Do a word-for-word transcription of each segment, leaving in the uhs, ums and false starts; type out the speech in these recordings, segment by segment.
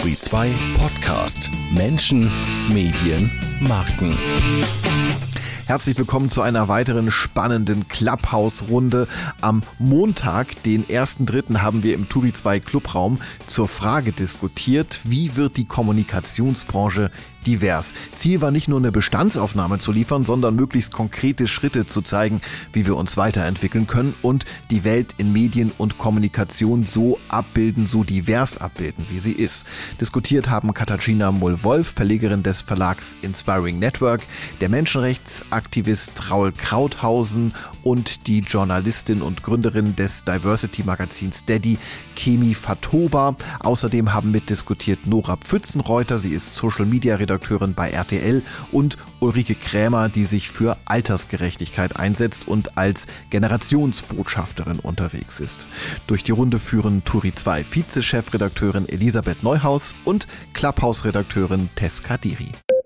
Turi zwei Podcast. Menschen, Medien, Marken. Herzlich willkommen zu einer weiteren spannenden Clubhouse-Runde. Am Montag, den ersten dritten haben wir im Turi zwei Clubraum zur Frage diskutiert, wie wird die Kommunikationsbranche divers. Ziel war nicht nur eine Bestandsaufnahme zu liefern, sondern möglichst konkrete Schritte zu zeigen, wie wir uns weiterentwickeln können und die Welt in Medien und Kommunikation so abbilden, so divers abbilden, wie sie ist. Diskutiert haben Katharina Mull-Wolf, Verlegerin des Verlags Inspiring Network, der Menschenrechtsaktivist Raul Krauthausen und die Journalistin und Gründerin des Diversity-Magazins Daddy, Kemi Fatoba. Außerdem haben mitdiskutiert Nora Pfützenreuter, sie ist Social-Media-Redakteurin bei R T L, und Ulrike Krämer, die sich für Altersgerechtigkeit einsetzt und als Generationsbotschafterin unterwegs ist. Durch die Runde führen Turi zwei Vize-Chefredakteurin Elisabeth Neuhaus und Clubhouse-Redakteurin Tess Kadiri.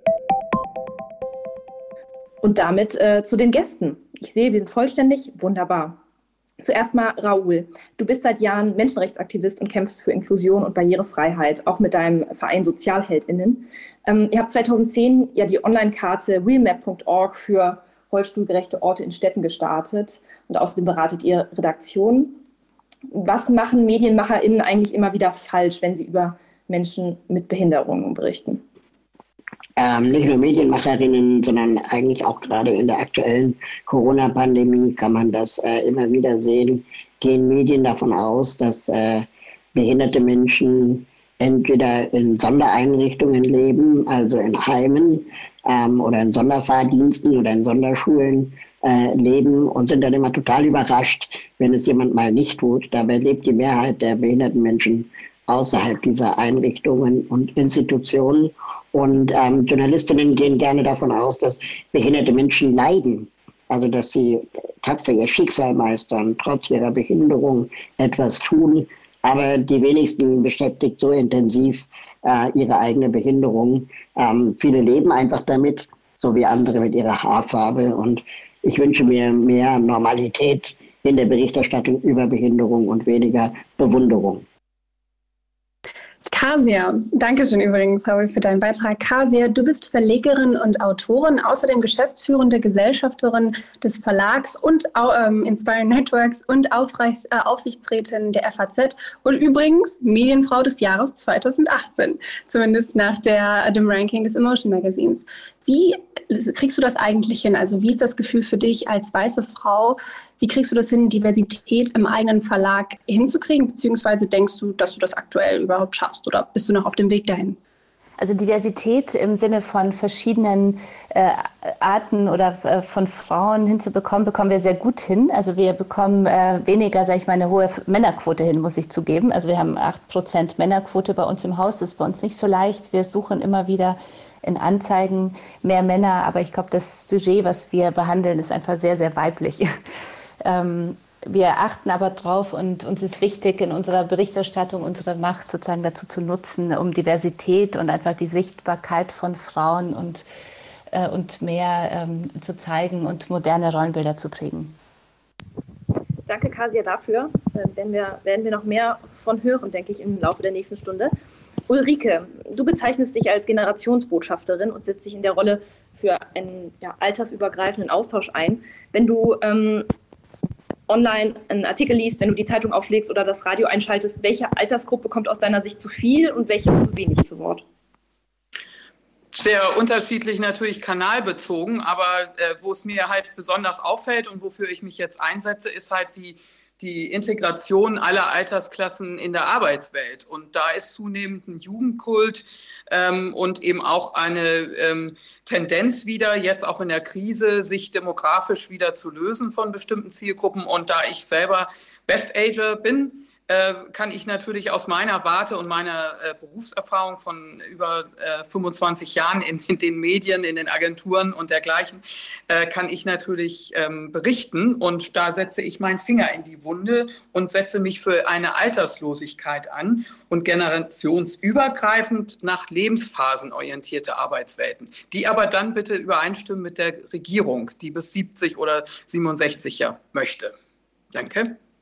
Und damit äh, zu den Gästen. Ich sehe, wir sind vollständig. Wunderbar. Zuerst mal Raul. Du bist seit Jahren Menschenrechtsaktivist und kämpfst für Inklusion und Barrierefreiheit, auch mit deinem Verein SozialheldInnen. Ähm, ihr habt zweitausendzehn ja die Online-Karte wheelmap punkt org für rollstuhlgerechte Orte in Städten gestartet und außerdem beratet ihr Redaktionen. Was machen MedienmacherInnen eigentlich immer wieder falsch, wenn sie über Menschen mit Behinderungen berichten? Ähm, nicht nur Medienmacherinnen, sondern eigentlich auch gerade in der aktuellen Corona-Pandemie kann man das äh, immer wieder sehen, gehen Medien davon aus, dass äh, behinderte Menschen entweder in Sondereinrichtungen leben, also in Heimen ähm, oder in Sonderfahrdiensten oder in Sonderschulen äh, leben und sind dann immer total überrascht, wenn es jemand mal nicht tut. Dabei lebt die Mehrheit der behinderten Menschen außerhalb dieser Einrichtungen und Institutionen. Und ähm, Journalistinnen gehen gerne davon aus, dass behinderte Menschen leiden, also dass sie tapfer ihr Schicksal meistern, trotz ihrer Behinderung etwas tun. Aber die wenigsten beschäftigt so intensiv äh, ihre eigene Behinderung. Ähm, viele leben einfach damit, so wie andere mit ihrer Haarfarbe. Und ich wünsche mir mehr Normalität in der Berichterstattung über Behinderung und weniger Bewunderung. Kasia, danke schön übrigens, Raul, für deinen Beitrag. Kasia, du bist Verlegerin und Autorin, außerdem geschäftsführende Gesellschafterin des Verlags und ähm, Inspiring Networks und Aufreichs, äh, Aufsichtsrätin der F A Z und übrigens Medienfrau des Jahres zweitausendachtzehn, zumindest nach der, dem Ranking des Emotion Magazins. Wie kriegst du das eigentlich hin? Also wie ist das Gefühl für dich als weiße Frau? Wie kriegst du das hin, Diversität im eigenen Verlag hinzukriegen? Beziehungsweise denkst du, dass du das aktuell überhaupt schaffst oder bist du noch auf dem Weg dahin? Also Diversität im Sinne von verschiedenen äh, Arten oder äh, von Frauen hinzubekommen, bekommen wir sehr gut hin. Also wir bekommen äh, weniger, sage ich mal, eine hohe Männerquote hin, muss ich zugeben. Also wir haben acht Prozent Männerquote bei uns im Haus. Das ist bei uns nicht so leicht. Wir suchen immer wieder in Anzeigen mehr Männer. Aber ich glaube, das Sujet, was wir behandeln, ist einfach sehr, sehr weiblich. ähm, Wir achten aber drauf und uns ist wichtig, in unserer Berichterstattung unsere Macht sozusagen dazu zu nutzen, um Diversität und einfach die Sichtbarkeit von Frauen und, äh, und mehr ähm, zu zeigen und moderne Rollenbilder zu prägen. Danke, Kasia, dafür. Äh, werden wir, werden wir noch mehr von hören, denke ich, im Laufe der nächsten Stunde. Ulrike, du bezeichnest dich als Generationsbotschafterin und setzt dich in der Rolle für einen ja, altersübergreifenden Austausch ein. Wenn du ähm, online einen Artikel liest, wenn du die Zeitung aufschlägst oder das Radio einschaltest, welche Altersgruppe kommt aus deiner Sicht zu viel und welche zu wenig zu Wort? Sehr unterschiedlich, natürlich kanalbezogen, aber äh, wo es mir halt besonders auffällt und wofür ich mich jetzt einsetze, ist halt die, die Integration aller Altersklassen in der Arbeitswelt. Und da ist zunehmend ein Jugendkult, Ähm, und eben auch eine ähm, Tendenz wieder, jetzt auch in der Krise, sich demografisch wieder zu lösen von bestimmten Zielgruppen. Und da ich selber Best-Ager bin, äh, kann ich natürlich aus meiner Warte und meiner äh, Berufserfahrung von über äh, fünfundzwanzig Jahren in, in den Medien, in den Agenturen und dergleichen, äh, kann ich natürlich ähm, berichten. Und da setze ich meinen Finger in die Wunde und setze mich für eine Alterslosigkeit an und generationsübergreifend nach Lebensphasen orientierte Arbeitswelten, die aber dann bitte übereinstimmen mit der Regierung, die bis siebzig oder siebenundsechzig ja möchte. Danke.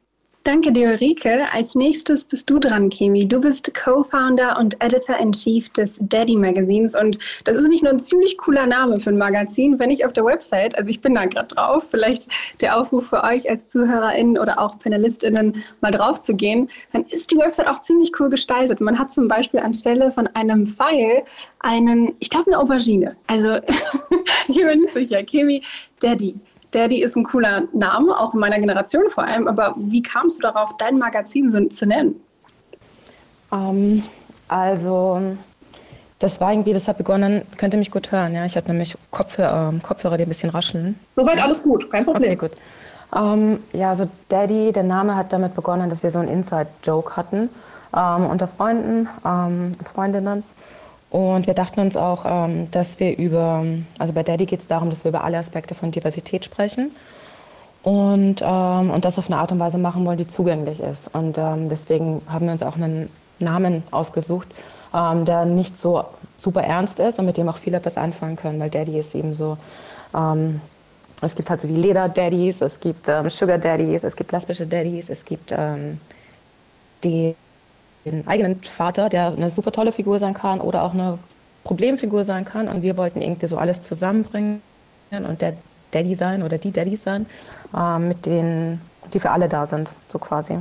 Danke dir, Ulrike. Als nächstes bist du dran, Kemi. Du bist Co-Founder und Editor-in-Chief des Daddy Magazins und das ist nicht nur ein ziemlich cooler Name für ein Magazin. Wenn ich auf der Website, also ich bin da gerade drauf, vielleicht der Aufruf für euch als ZuhörerInnen oder auch PanelistInnen mal drauf zu gehen, dann ist die Website auch ziemlich cool gestaltet. Man hat zum Beispiel anstelle von einem Pfeil einen, ich glaube eine Aubergine. Also ich bin nicht sicher. Kemi, Daddy. Daddy ist ein cooler Name, auch in meiner Generation vor allem. Aber wie kamst du darauf, dein Magazin so zu nennen? Um, also, das war irgendwie, das hat begonnen, könnt ihr mich gut hören, ja? Ich hatte nämlich Kopfhörer, ähm, Kopfhörer, die ein bisschen rascheln. Soweit alles gut, kein Problem. Okay, gut. Um, ja, also Daddy, der Name hat damit begonnen, dass wir so einen Inside-Joke hatten ähm, unter Freunden ähm, und Freundinnen. Und wir dachten uns auch, ähm, dass wir über, also bei Daddy geht es darum, dass wir über alle Aspekte von Diversität sprechen und, ähm, und das auf eine Art und Weise machen wollen, die zugänglich ist. Und ähm, deswegen haben wir uns auch einen Namen ausgesucht, ähm, der nicht so super ernst ist und mit dem auch viele etwas anfangen können, weil Daddy ist eben so, ähm, es gibt halt so die Leder-Daddies, es gibt ähm, Sugar-Daddies, es gibt lesbische Daddies, es gibt ähm, die den eigenen Vater, der eine super tolle Figur sein kann oder auch eine Problemfigur sein kann. Und wir wollten irgendwie so alles zusammenbringen und der Daddy sein oder die Daddys sein, äh, mit denen, die für alle da sind, so quasi.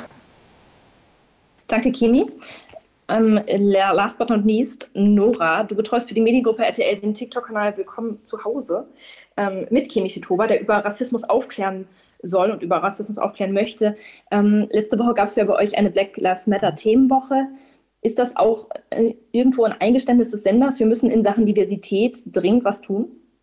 Danke, Kemi. Ähm, last but not least, Nora, du betreust für die Mediengruppe R T L den TikTok-Kanal Willkommen zu Hause ähm, mit Kemi Titoba, der über Rassismus aufklären soll und über Rassismus aufklären möchte. Ähm, letzte Woche gab es ja bei euch eine Black Lives Matter Themenwoche. Ist das auch äh, irgendwo ein Eingeständnis des Senders? Wir müssen in Sachen Diversität dringend was tun?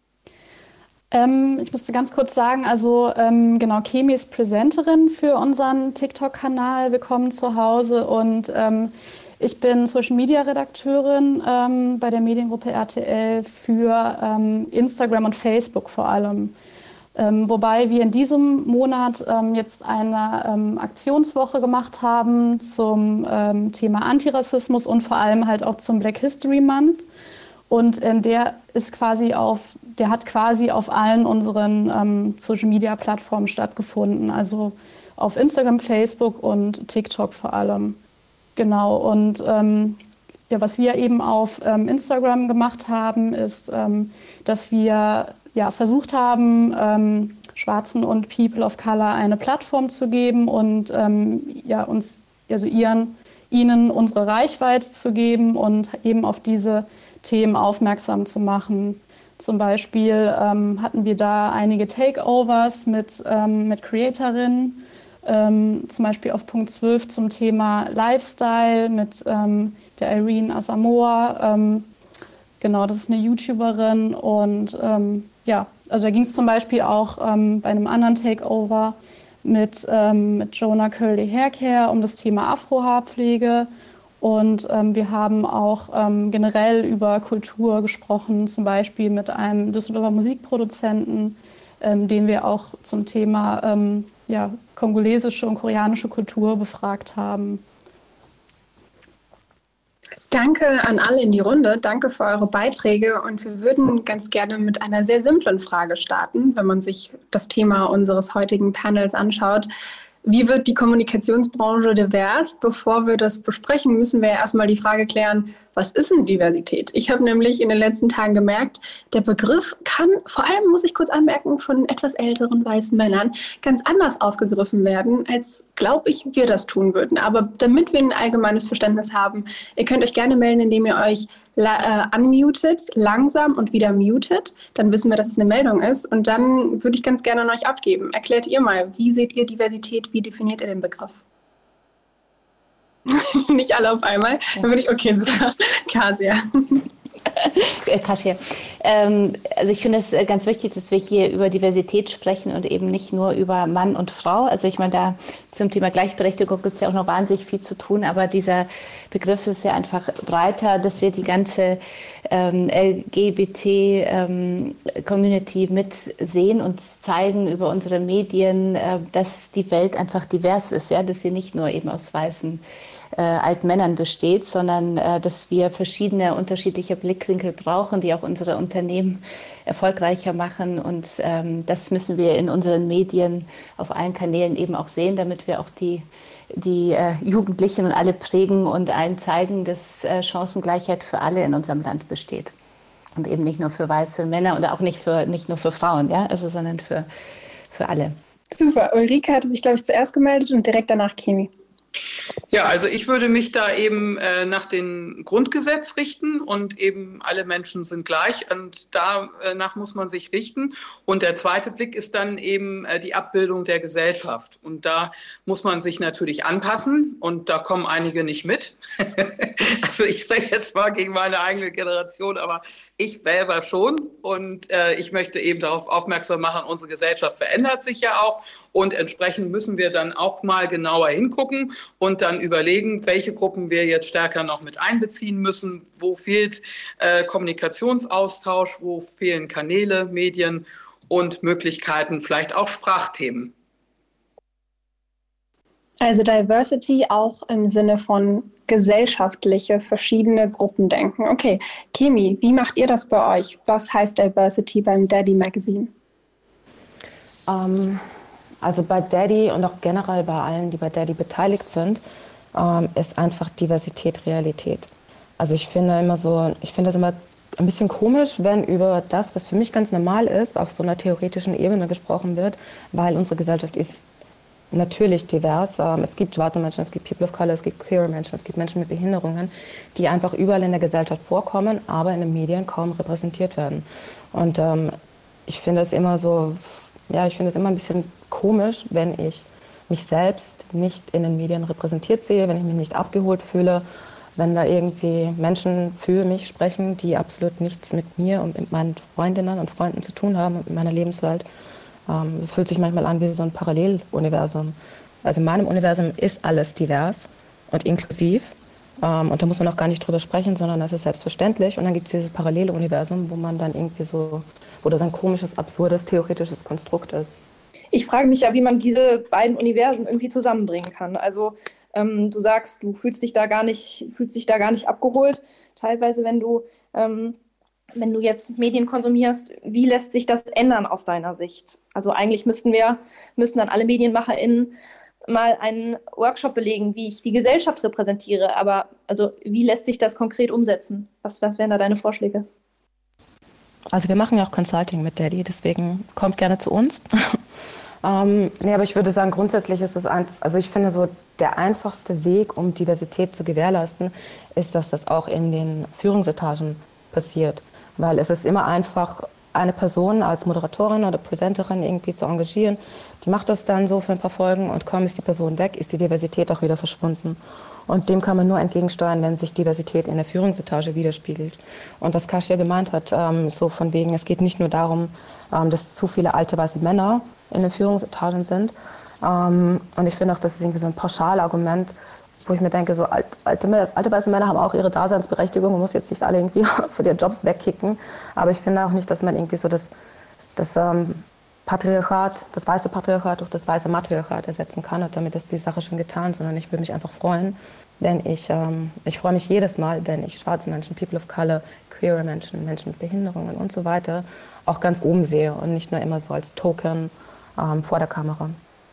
Ähm, ich musste ganz kurz sagen, also ähm, genau, Kemi ist Präsenterin für unseren TikTok-Kanal Willkommen zu Hause und ähm, ich bin Social-Media-Redakteurin ähm, bei der Mediengruppe R T L für ähm, Instagram und Facebook vor allem. Ähm, wobei wir in diesem Monat ähm, jetzt eine ähm, Aktionswoche gemacht haben zum ähm, Thema Antirassismus und vor allem halt auch zum Black History Month. Und ähm, der ist quasi auf, der hat quasi auf allen unseren ähm, Social-Media-Plattformen stattgefunden. Also auf Instagram, Facebook und TikTok vor allem. Genau. Und ähm, ja, was wir eben auf ähm, Instagram gemacht haben, ist, ähm, dass wir ja, versucht haben, ähm, Schwarzen und People of Color eine Plattform zu geben und ähm, ja, uns, also ihren, ihnen unsere Reichweite zu geben und eben auf diese Themen aufmerksam zu machen. Zum Beispiel ähm, hatten wir da einige Takeovers mit, ähm, mit Creatorinnen, ähm, zum Beispiel auf Punkt zwölf zum Thema Lifestyle mit ähm, der Irene Asamoah. Ähm, genau, das ist eine YouTuberin und ähm, ja, also da ging es zum Beispiel auch ähm, bei einem anderen Takeover mit, ähm, mit Jonah Curly Haircare um das Thema Afrohaarpflege. Und ähm, wir haben auch ähm, generell über Kultur gesprochen, zum Beispiel mit einem Düsseldorfer Musikproduzenten, ähm, den wir auch zum Thema ähm, ja, kongolesische und koreanische Kultur befragt haben. Danke an alle in die Runde, danke für eure Beiträge und wir würden ganz gerne mit einer sehr simplen Frage starten, wenn man sich das Thema unseres heutigen Panels anschaut. Wie wird die Kommunikationsbranche divers? Bevor wir das besprechen, müssen wir ja erstmal die Frage klären, was ist denn Diversität? Ich habe nämlich in den letzten Tagen gemerkt, der Begriff kann, vor allem muss ich kurz anmerken, von etwas älteren weißen Männern ganz anders aufgegriffen werden, als, glaube ich, wir das tun würden. Aber damit wir ein allgemeines Verständnis haben, ihr könnt euch gerne melden, indem ihr euch la- äh, unmutet, langsam und wieder mutet. Dann wissen wir, dass es eine Meldung ist. Und dann würde ich ganz gerne an euch abgeben. Erklärt ihr mal, wie seht ihr Diversität, wie definiert ihr den Begriff? Nicht alle auf einmal. Dann würde ich, okay, super. Kasia. Kasia. Ähm, also ich finde es ganz wichtig, dass wir hier über Diversität sprechen und eben nicht nur über Mann und Frau. Also ich meine, da zum Thema Gleichberechtigung gibt es ja auch noch wahnsinnig viel zu tun, aber dieser Begriff ist ja einfach breiter, dass wir die ganze ähm, L G B T-Community ähm, mitsehen und zeigen über unsere Medien, äh, dass die Welt einfach divers ist, ja, dass sie nicht nur eben aus weißen Äh, alten Männern besteht, sondern äh, dass wir verschiedene unterschiedliche Blickwinkel Blickwinkel brauchen, die auch unsere Unternehmen erfolgreicher machen. Und ähm, das müssen wir in unseren Medien auf allen Kanälen eben auch sehen, damit wir auch die, die äh, Jugendlichen und alle prägen und allen zeigen, dass äh, Chancengleichheit für alle in unserem Land besteht. Und eben nicht nur für weiße Männer oder auch nicht, für, nicht nur für Frauen, ja, also, sondern für, für alle. Super. Ulrike hatte sich, glaube ich, zuerst gemeldet und direkt danach Kemi. Ja, also ich würde mich da eben äh, nach dem Grundgesetz richten und eben alle Menschen sind gleich und danach muss man sich richten. Und der zweite Blick ist dann eben äh, die Abbildung der Gesellschaft. Und da muss man sich natürlich anpassen und da kommen einige nicht mit. Also ich spreche jetzt mal gegen meine eigene Generation, aber ich selber schon. Und äh, ich möchte eben darauf aufmerksam machen, unsere Gesellschaft verändert sich ja auch und entsprechend müssen wir dann auch mal genauer hingucken und dann überlegen, welche Gruppen wir jetzt stärker noch mit einbeziehen müssen, wo fehlt äh, Kommunikationsaustausch, wo fehlen Kanäle, Medien und Möglichkeiten, vielleicht auch Sprachthemen. Also Diversity auch im Sinne von gesellschaftliche, verschiedene Gruppen denken. Okay, Kemi, wie macht ihr das bei euch? Was heißt Diversity beim Daddy Magazine? Ähm, also bei Daddy und auch generell bei allen, die bei Daddy beteiligt sind, ähm, ist einfach Diversität Realität. Also ich finde immer so, ich finde das immer ein bisschen komisch, wenn über das, was für mich ganz normal ist, auf so einer theoretischen Ebene gesprochen wird, weil unsere Gesellschaft ist natürlich divers. Es gibt schwarze Menschen, es gibt People of Color, es gibt queere Menschen, es gibt Menschen mit Behinderungen, die einfach überall in der Gesellschaft vorkommen, aber in den Medien kaum repräsentiert werden. Und ähm, ich finde es immer so, ja, ich finde es immer ein bisschen komisch, wenn ich mich selbst nicht in den Medien repräsentiert sehe, wenn ich mich nicht abgeholt fühle, wenn da irgendwie Menschen für mich sprechen, die absolut nichts mit mir und mit meinen Freundinnen und Freunden zu tun haben und mit meiner Lebenswelt. Das fühlt sich manchmal an wie so ein Paralleluniversum. Also in meinem Universum ist alles divers und inklusiv. Und da muss man auch gar nicht drüber sprechen, sondern das ist selbstverständlich. Und dann gibt es dieses parallele Universum, wo man dann irgendwie so, wo das ein komisches, absurdes, theoretisches Konstrukt ist. Ich frage mich ja, wie man diese beiden Universen irgendwie zusammenbringen kann. Also ähm, du sagst, du fühlst dich da gar nicht, fühlst dich da gar nicht abgeholt. Teilweise, wenn du ähm, Wenn du jetzt Medien konsumierst, wie lässt sich das ändern aus deiner Sicht? Also eigentlich müssten wir, müssten dann alle MedienmacherInnen mal einen Workshop belegen, wie ich die Gesellschaft repräsentiere. Aber also wie lässt sich das konkret umsetzen? Was, was wären da deine Vorschläge? Also wir machen ja auch Consulting mit Daddy, deswegen kommt gerne zu uns. ähm, nee, aber ich würde sagen, grundsätzlich ist es ein, also ich finde so, der einfachste Weg, um Diversität zu gewährleisten, ist, dass das auch in den Führungsetagen passiert. Weil es ist immer einfach, eine Person als Moderatorin oder Präsenterin irgendwie zu engagieren. Die macht das dann so für ein paar Folgen und kaum ist die Person weg, ist die Diversität auch wieder verschwunden. Und dem kann man nur entgegensteuern, wenn sich Diversität in der Führungsetage widerspiegelt. Und was Kasia gemeint hat, ähm, so von wegen, es geht nicht nur darum, ähm, dass zu viele alte weiße Männer in den Führungsetagen sind. Ähm, und ich finde auch, das ist irgendwie so ein Pauschalargument, wo ich mir denke, so alte, alte, alte weiße Männer haben auch ihre Daseinsberechtigung. Man muss jetzt nicht alle irgendwie von ihren Jobs wegkicken. Aber ich finde auch nicht, dass man irgendwie so das, das ähm, Patriarchat, das weiße Patriarchat durch das weiße Matriarchat ersetzen kann. Und damit ist die Sache schon getan, sondern ich würde mich einfach freuen, wenn ich, ähm, ich freue mich jedes Mal, wenn ich schwarze Menschen, People of Color, queere Menschen, Menschen mit Behinderungen und so weiter auch ganz oben sehe und nicht nur immer so als Token ähm, vor der Kamera.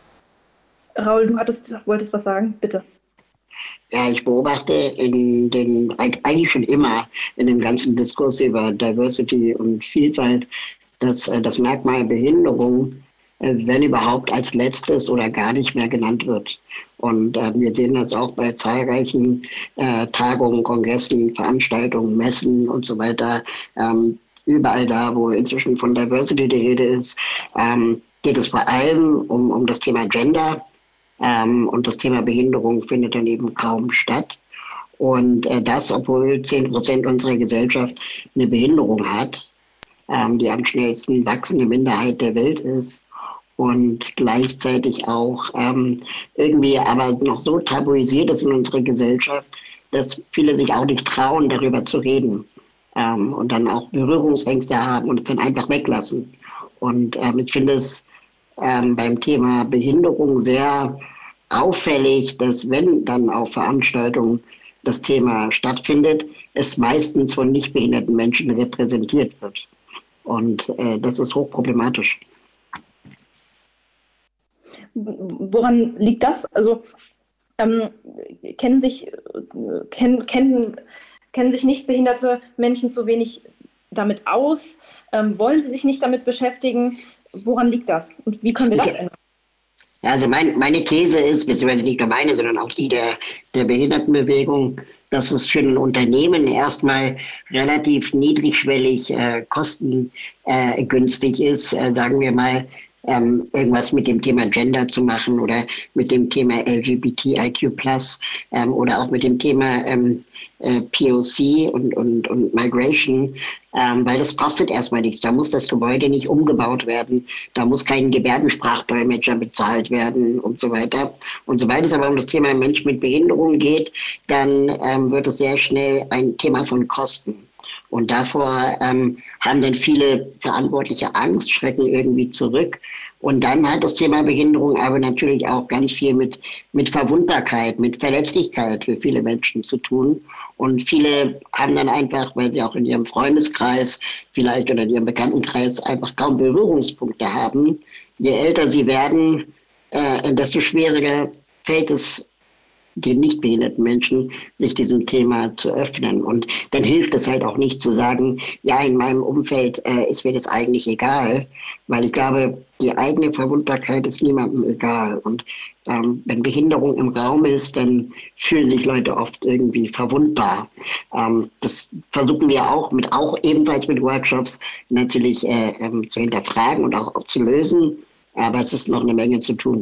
Raul, du hattest, wolltest was sagen, bitte. Ja, ich beobachte in den, eigentlich schon immer in dem ganzen Diskurs über Diversity und Vielfalt, dass das Merkmal Behinderung, wenn überhaupt, als letztes oder gar nicht mehr genannt wird. Und äh, wir sehen das auch bei zahlreichen äh, Tagungen, Kongressen, Veranstaltungen, Messen und so weiter. Ähm, überall da, wo inzwischen von Diversity die Rede ist, ähm, geht es vor allem um, um das Thema Gender. Ähm, und das Thema Behinderung findet dann eben kaum statt. Und äh, das, obwohl zehn Prozent unserer Gesellschaft eine Behinderung hat, ähm, die am schnellsten wachsende Minderheit der Welt ist und gleichzeitig auch ähm, irgendwie aber noch so tabuisiert ist in unserer Gesellschaft, dass viele sich auch nicht trauen, darüber zu reden ähm, und dann auch Berührungsängste haben und es dann einfach weglassen. Und ähm, ich finde es ähm, beim Thema Behinderung sehr auffällig, dass wenn dann auf Veranstaltungen das Thema stattfindet, es meistens von nicht behinderten Menschen repräsentiert wird. Und äh, das ist hochproblematisch. Woran liegt das? Also ähm, kennen sich, äh, kennen, kennen, kennen sich nicht behinderte Menschen zu wenig damit aus? Ähm, wollen sie sich nicht damit beschäftigen? Woran liegt das? Und wie können wir das ändern? Also mein, meine These ist, beziehungsweise nicht nur meine, sondern auch die der, der Behindertenbewegung, dass es für ein Unternehmen erstmal relativ niedrigschwellig äh, kostengünstig äh, ist, äh, sagen wir mal, ähm, irgendwas mit dem Thema Gender zu machen oder mit dem Thema L G B T I Q plus, ähm, oder auch mit dem Thema ähm, äh, P O C und, und, und Migration, ähm, weil das kostet erstmal nichts. Da muss das Gebäude nicht umgebaut werden, da muss kein Gebärdensprachdolmetscher bezahlt werden und so weiter. Und sobald es aber um das Thema Mensch mit Behinderung geht, dann ähm, wird es sehr schnell ein Thema von Kosten. Und davor ähm, haben dann viele Verantwortliche Angst, schrecken irgendwie zurück. Und dann hat das Thema Behinderung aber natürlich auch ganz viel mit, mit Verwundbarkeit, mit Verletzlichkeit für viele Menschen zu tun. Und viele haben dann einfach, weil sie auch in ihrem Freundeskreis vielleicht oder in ihrem Bekanntenkreis einfach kaum Berührungspunkte haben, je älter sie werden, äh, desto schwieriger fällt es den nicht behinderten Menschen, sich diesem Thema zu öffnen. Und dann hilft es halt auch nicht zu sagen, ja, in meinem Umfeld äh, ist mir das eigentlich egal, weil ich glaube, die eigene Verwundbarkeit ist niemandem egal. Und ähm, wenn Behinderung im Raum ist, dann fühlen sich Leute oft irgendwie verwundbar. Ähm, das versuchen wir auch mit, auch ebenfalls mit Workshops natürlich äh, ähm, zu hinterfragen und auch, auch zu lösen. Aber es ist noch eine Menge zu tun.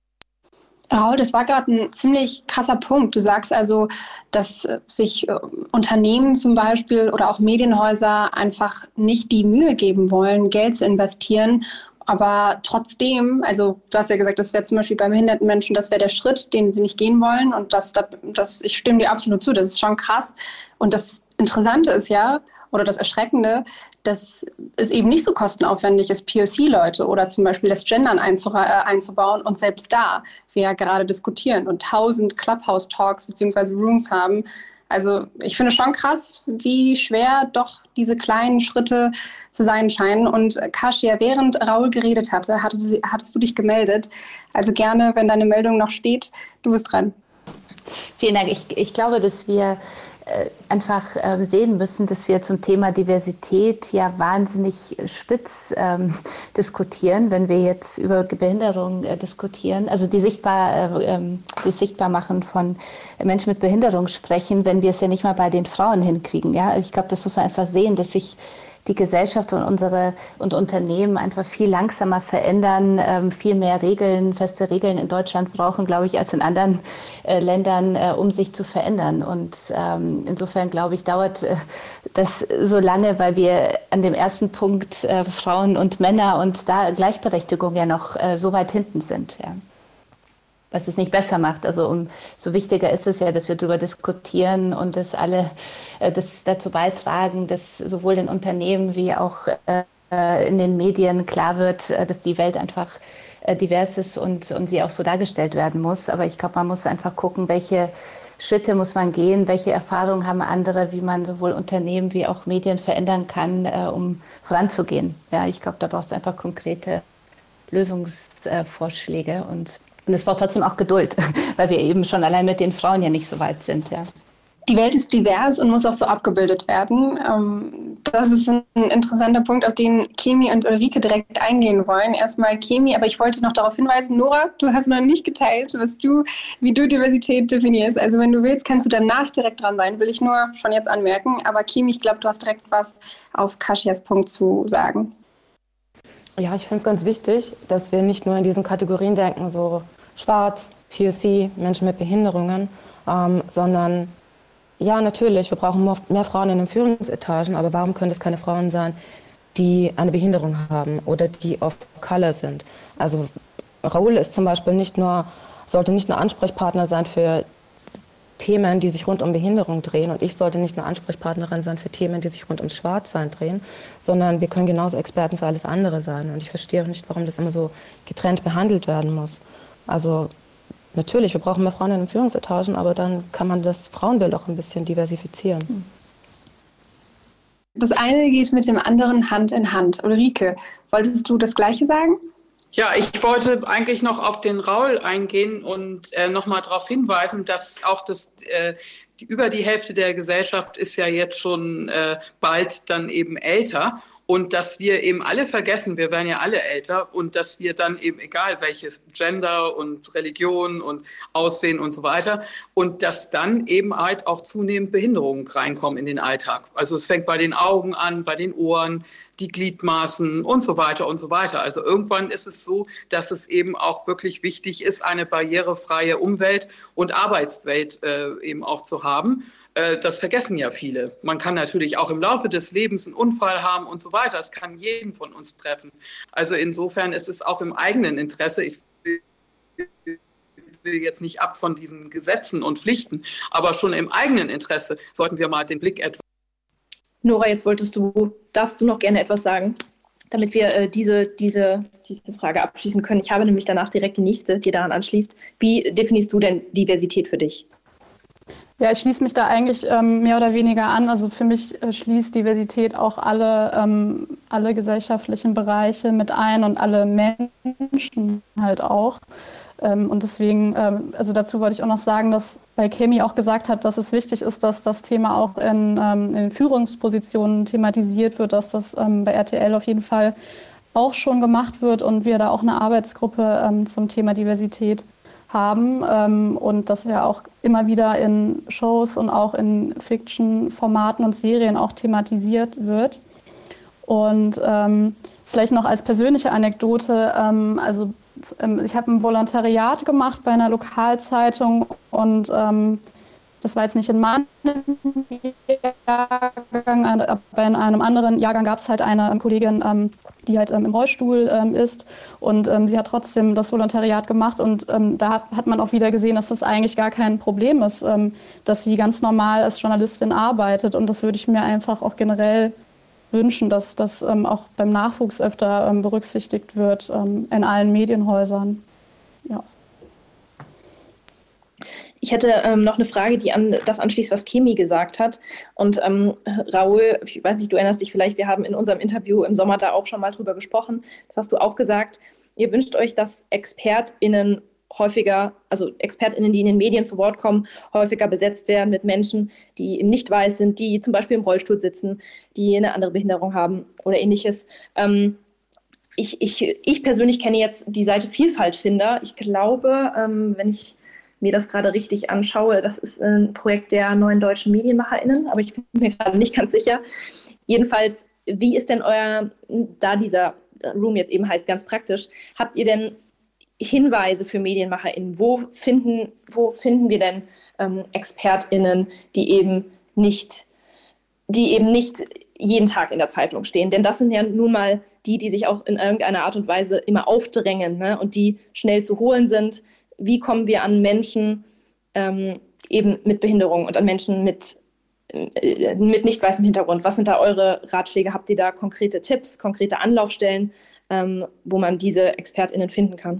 Raul, das war gerade ein ziemlich krasser Punkt. Du sagst also, dass sich äh, Unternehmen zum Beispiel oder auch Medienhäuser einfach nicht die Mühe geben wollen, Geld zu investieren. Aber trotzdem, also du hast ja gesagt, das wäre zum Beispiel bei behinderten Menschen, das wäre der Schritt, den sie nicht gehen wollen. Und das, das, ich stimme dir absolut zu, das ist schon krass. Und das Interessante ist ja, oder das Erschreckende, dass es eben nicht so kostenaufwendig ist, P O C-Leute oder zum Beispiel das Gendern einzubauen. Und selbst da wir ja gerade diskutieren und tausend Clubhouse-Talks bzw. Rooms haben. Also ich finde schon krass, wie schwer doch diese kleinen Schritte zu sein scheinen. Und Kasia, während Raul geredet hatte, hattest, hattest du dich gemeldet. Also gerne, wenn deine Meldung noch steht, du bist dran. Vielen Dank. Ich, ich glaube, dass wir einfach sehen müssen, dass wir zum Thema Diversität ja wahnsinnig spitz ähm, diskutieren, wenn wir jetzt über Behinderung äh, diskutieren, also die sichtbar, äh, die Sichtbarmachen von Menschen mit Behinderung sprechen, wenn wir es ja nicht mal bei den Frauen hinkriegen. Ja? Ich glaube, das muss man einfach sehen, dass sich die Gesellschaft und unsere und Unternehmen einfach viel langsamer verändern, ähm, viel mehr Regeln, feste Regeln in Deutschland brauchen, glaube ich, als in anderen äh, Ländern, äh, um sich zu verändern. Und ähm, insofern, glaube ich, dauert äh, das so lange, weil wir an dem ersten Punkt äh, Frauen und Männer und da Gleichberechtigung ja noch äh, so weit hinten sind. Ja. Was es nicht besser macht. Also umso wichtiger ist es ja, dass wir darüber diskutieren und dass alle äh, das dazu beitragen, dass sowohl in Unternehmen wie auch äh, in den Medien klar wird, äh, dass die Welt einfach äh, divers ist und, und sie auch so dargestellt werden muss. Aber ich glaube, man muss einfach gucken, welche Schritte muss man gehen, welche Erfahrungen haben andere, wie man sowohl Unternehmen wie auch Medien verändern kann, äh, um voranzugehen. Ja, ich glaube, da braucht es einfach konkrete Lösungsvorschläge und Und es braucht trotzdem auch Geduld, weil wir eben schon allein mit den Frauen ja nicht so weit sind. Ja. Die Welt ist divers und muss auch so abgebildet werden. Das ist ein interessanter Punkt, auf den Kemi und Ulrike direkt eingehen wollen. Erstmal Kemi, aber ich wollte noch darauf hinweisen, Nora, du hast noch nicht geteilt, was du, wie du Diversität definierst. Also wenn du willst, kannst du danach direkt dran sein, will ich nur schon jetzt anmerken. Aber Kemi, ich glaube, du hast direkt was auf Kasias Punkt zu sagen. Ja, ich finde es ganz wichtig, dass wir nicht nur in diesen Kategorien denken, so schwarz, P O C, Menschen mit Behinderungen, ähm, sondern ja, natürlich, wir brauchen mehr Frauen in den Führungsetagen, aber warum können das keine Frauen sein, die eine Behinderung haben oder die of color sind? Also Raul ist zum Beispiel nicht nur, sollte nicht nur Ansprechpartner sein für Themen, die sich rund um Behinderung drehen, und ich sollte nicht nur Ansprechpartnerin sein für Themen, die sich rund ums Schwarzsein drehen, sondern wir können genauso Experten für alles andere sein. Und ich verstehe auch nicht, warum das immer so getrennt behandelt werden muss. Also natürlich, wir brauchen mehr Frauen in den Führungsetagen, aber dann kann man das Frauenbild auch ein bisschen diversifizieren. das eine geht mit dem anderen Hand in Hand. Ulrike, wolltest du das Gleiche sagen? Ja, ich wollte eigentlich noch auf den Raul eingehen und äh, nochmal darauf hinweisen, dass auch das, äh, die, über die Hälfte der Gesellschaft ist ja jetzt schon äh, bald dann eben älter. Und dass wir eben alle vergessen, wir werden ja alle älter und dass wir dann eben, egal welches Gender und Religion und Aussehen und so weiter, und dass dann eben halt auch zunehmend Behinderungen reinkommen in den Alltag. Also es fängt bei den Augen an, bei den Ohren, die Gliedmaßen und so weiter und so weiter. Also irgendwann ist es so, dass es eben auch wirklich wichtig ist, eine barrierefreie Umwelt und Arbeitswelt äh, eben auch zu haben. Das vergessen ja viele. Man kann natürlich auch im Laufe des Lebens einen Unfall haben und so weiter. Das kann jeden von uns treffen. Also insofern ist es auch im eigenen Interesse. Ich will jetzt nicht ab von diesen Gesetzen und Pflichten, aber schon im eigenen Interesse sollten wir mal den Blick etwas. Nora, jetzt wolltest du, darfst du noch gerne etwas sagen, damit wir äh, diese, diese, diese Frage abschließen können. Ich habe nämlich danach direkt die nächste, die daran anschließt. Wie definierst du denn Diversität für dich? Ja, ich schließe mich da eigentlich ähm, mehr oder weniger an. Also für mich äh, schließt Diversität auch alle, ähm, alle gesellschaftlichen Bereiche mit ein und alle Menschen halt auch. Ähm, und deswegen, ähm, also dazu wollte ich auch noch sagen, dass bei Kemi auch gesagt hat, dass es wichtig ist, dass das Thema auch in, ähm, in Führungspositionen thematisiert wird, dass das ähm, bei R T L auf jeden Fall auch schon gemacht wird und wir da auch eine Arbeitsgruppe ähm, zum Thema Diversität haben ähm, und das ja auch immer wieder in Shows und auch in Fiction-Formaten und Serien auch thematisiert wird. Und ähm, vielleicht noch als persönliche Anekdote, ähm, also ähm, ich habe ein Volontariat gemacht bei einer Lokalzeitung und ähm, das war jetzt nicht in meinem Jahrgang, aber in einem anderen Jahrgang gab es halt eine Kollegin, ähm, die halt ähm, im Rollstuhl ähm, ist und ähm, sie hat trotzdem das Volontariat gemacht und ähm, da hat, hat man auch wieder gesehen, dass das eigentlich gar kein Problem ist, ähm, dass sie ganz normal als Journalistin arbeitet und das würde ich mir einfach auch generell wünschen, dass das ähm, auch beim Nachwuchs öfter ähm, berücksichtigt wird ähm, in allen Medienhäusern. Ja. Ich hätte ähm, noch eine Frage, die an das anschließt, was Kemi gesagt hat. Und ähm, Raul, ich weiß nicht, du erinnerst dich vielleicht, wir haben in unserem Interview im Sommer da auch schon mal drüber gesprochen. Das hast du auch gesagt. Ihr wünscht euch, dass ExpertInnen häufiger, also ExpertInnen, die in den Medien zu Wort kommen, häufiger besetzt werden mit Menschen, die eben nicht weiß sind, die zum Beispiel im Rollstuhl sitzen, die eine andere Behinderung haben oder ähnliches. Ähm, ich, ich, ich persönlich kenne jetzt die Seite Vielfaltfinder. Ich glaube, ähm, wenn ich mir das gerade richtig anschaue, das ist ein Projekt der neuen deutschen MedienmacherInnen, aber ich bin mir gerade nicht ganz sicher. Jedenfalls, wie ist denn euer, da dieser Room jetzt eben heißt, ganz praktisch, habt ihr denn Hinweise für MedienmacherInnen? Wo finden, wo finden wir denn ähm, ExpertInnen, die eben nicht, die eben nicht jeden Tag in der Zeitung stehen? Denn das sind ja nun mal die, die sich auch in irgendeiner Art und Weise immer aufdrängen, ne? Und die schnell zu holen sind. Wie kommen wir an Menschen ähm, eben mit Behinderung und an Menschen mit, äh, mit nicht weißem Hintergrund? Was sind da eure Ratschläge? Habt ihr da konkrete Tipps, konkrete Anlaufstellen, ähm, wo man diese ExpertInnen finden kann?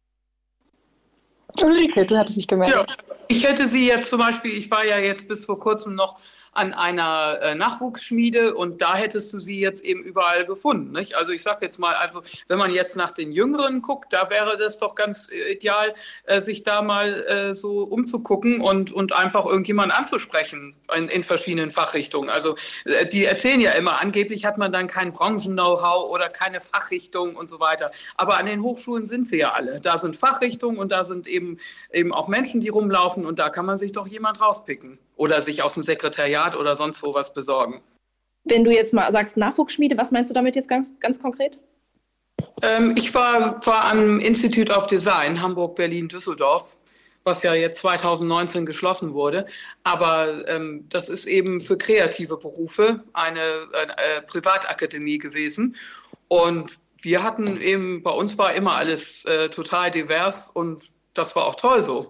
Ulrike, du hattest dich gemeldet. Ja, ich hätte sie jetzt zum Beispiel, ich war ja jetzt bis vor kurzem noch an einer äh, Nachwuchsschmiede und da hättest du sie jetzt eben überall gefunden. Nicht? Also ich sage jetzt mal einfach, wenn man jetzt nach den Jüngeren guckt, da wäre das doch ganz ideal, äh, sich da mal äh, so umzugucken und, und einfach irgendjemanden anzusprechen in, in verschiedenen Fachrichtungen. Also äh, die erzählen ja immer, angeblich hat man dann kein Branchen-Know-how oder keine Fachrichtung und so weiter. Aber an den Hochschulen sind sie ja alle. Da sind Fachrichtungen und da sind eben, eben auch Menschen, die rumlaufen und da kann man sich doch jemand rauspicken. Oder sich aus dem Sekretariat oder sonst wo was besorgen. Wenn du jetzt mal sagst Nachwuchsschmiede, was meinst du damit jetzt ganz, ganz konkret? Ähm, ich war, war am Institute of Design, Hamburg, Berlin, Düsseldorf, was ja jetzt zweitausendneunzehn geschlossen wurde. Aber ähm, das ist eben für kreative Berufe eine, eine, eine Privatakademie gewesen. Und wir hatten eben, bei uns war immer alles äh, total divers und das war auch toll so.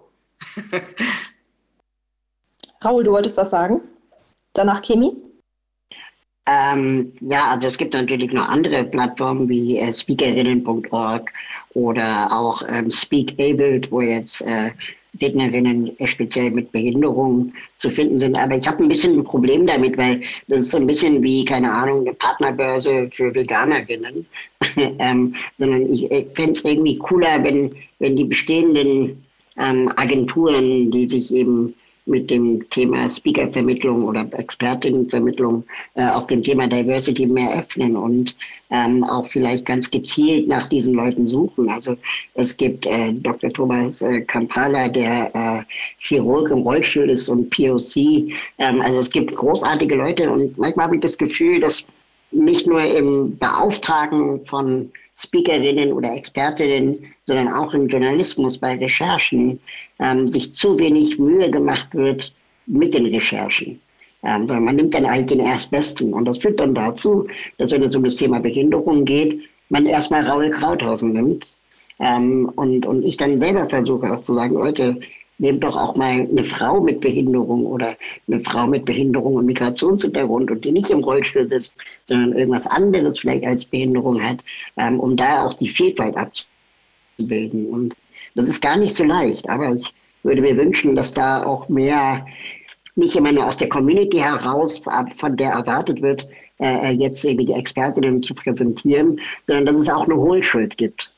Raul, du wolltest was sagen? Danach Kemi? Ähm, ja, also es gibt natürlich noch andere Plattformen wie äh, speakerinnen punkt org oder auch ähm, Speakabled, wo jetzt äh, Rednerinnen speziell mit Behinderungen zu finden sind. Aber ich habe ein bisschen ein Problem damit, weil das ist so ein bisschen wie, keine Ahnung, eine Partnerbörse für Veganerinnen. ähm, sondern ich, ich fände es irgendwie cooler, wenn, wenn die bestehenden ähm, Agenturen, die sich eben mit dem Thema Speakervermittlung oder Expertinnenvermittlung äh, auch dem Thema Diversity mehr öffnen und ähm, auch vielleicht ganz gezielt nach diesen Leuten suchen. Also es gibt äh, Doktor Thomas äh, Kampala, der äh, Chirurg im Rollstuhl ist und P O C. Ähm, also es gibt großartige Leute und manchmal habe ich das Gefühl, dass nicht nur im Beauftragen von Speakerinnen oder Expertinnen, sondern auch im Journalismus bei Recherchen ähm, sich zu wenig Mühe gemacht wird mit den Recherchen. Ähm, sondern man nimmt dann eigentlich den Erstbesten. Und das führt dann dazu, dass wenn es um das Thema Behinderung geht, man erstmal Raoul Krauthausen nimmt. Ähm, und, und ich dann selber versuche auch zu sagen, Leute, nehmt doch auch mal eine Frau mit Behinderung oder eine Frau mit Behinderung und Migrationshintergrund und die nicht im Rollstuhl sitzt, sondern irgendwas anderes vielleicht als Behinderung hat, ähm, um da auch die Vielfalt abzubilden. Und das ist gar nicht so leicht, aber ich würde mir wünschen, dass da auch mehr, nicht immer nur aus der Community heraus, von der erwartet wird, äh, jetzt irgendwie die Expertinnen zu präsentieren, sondern dass es auch eine Hohlschuld gibt.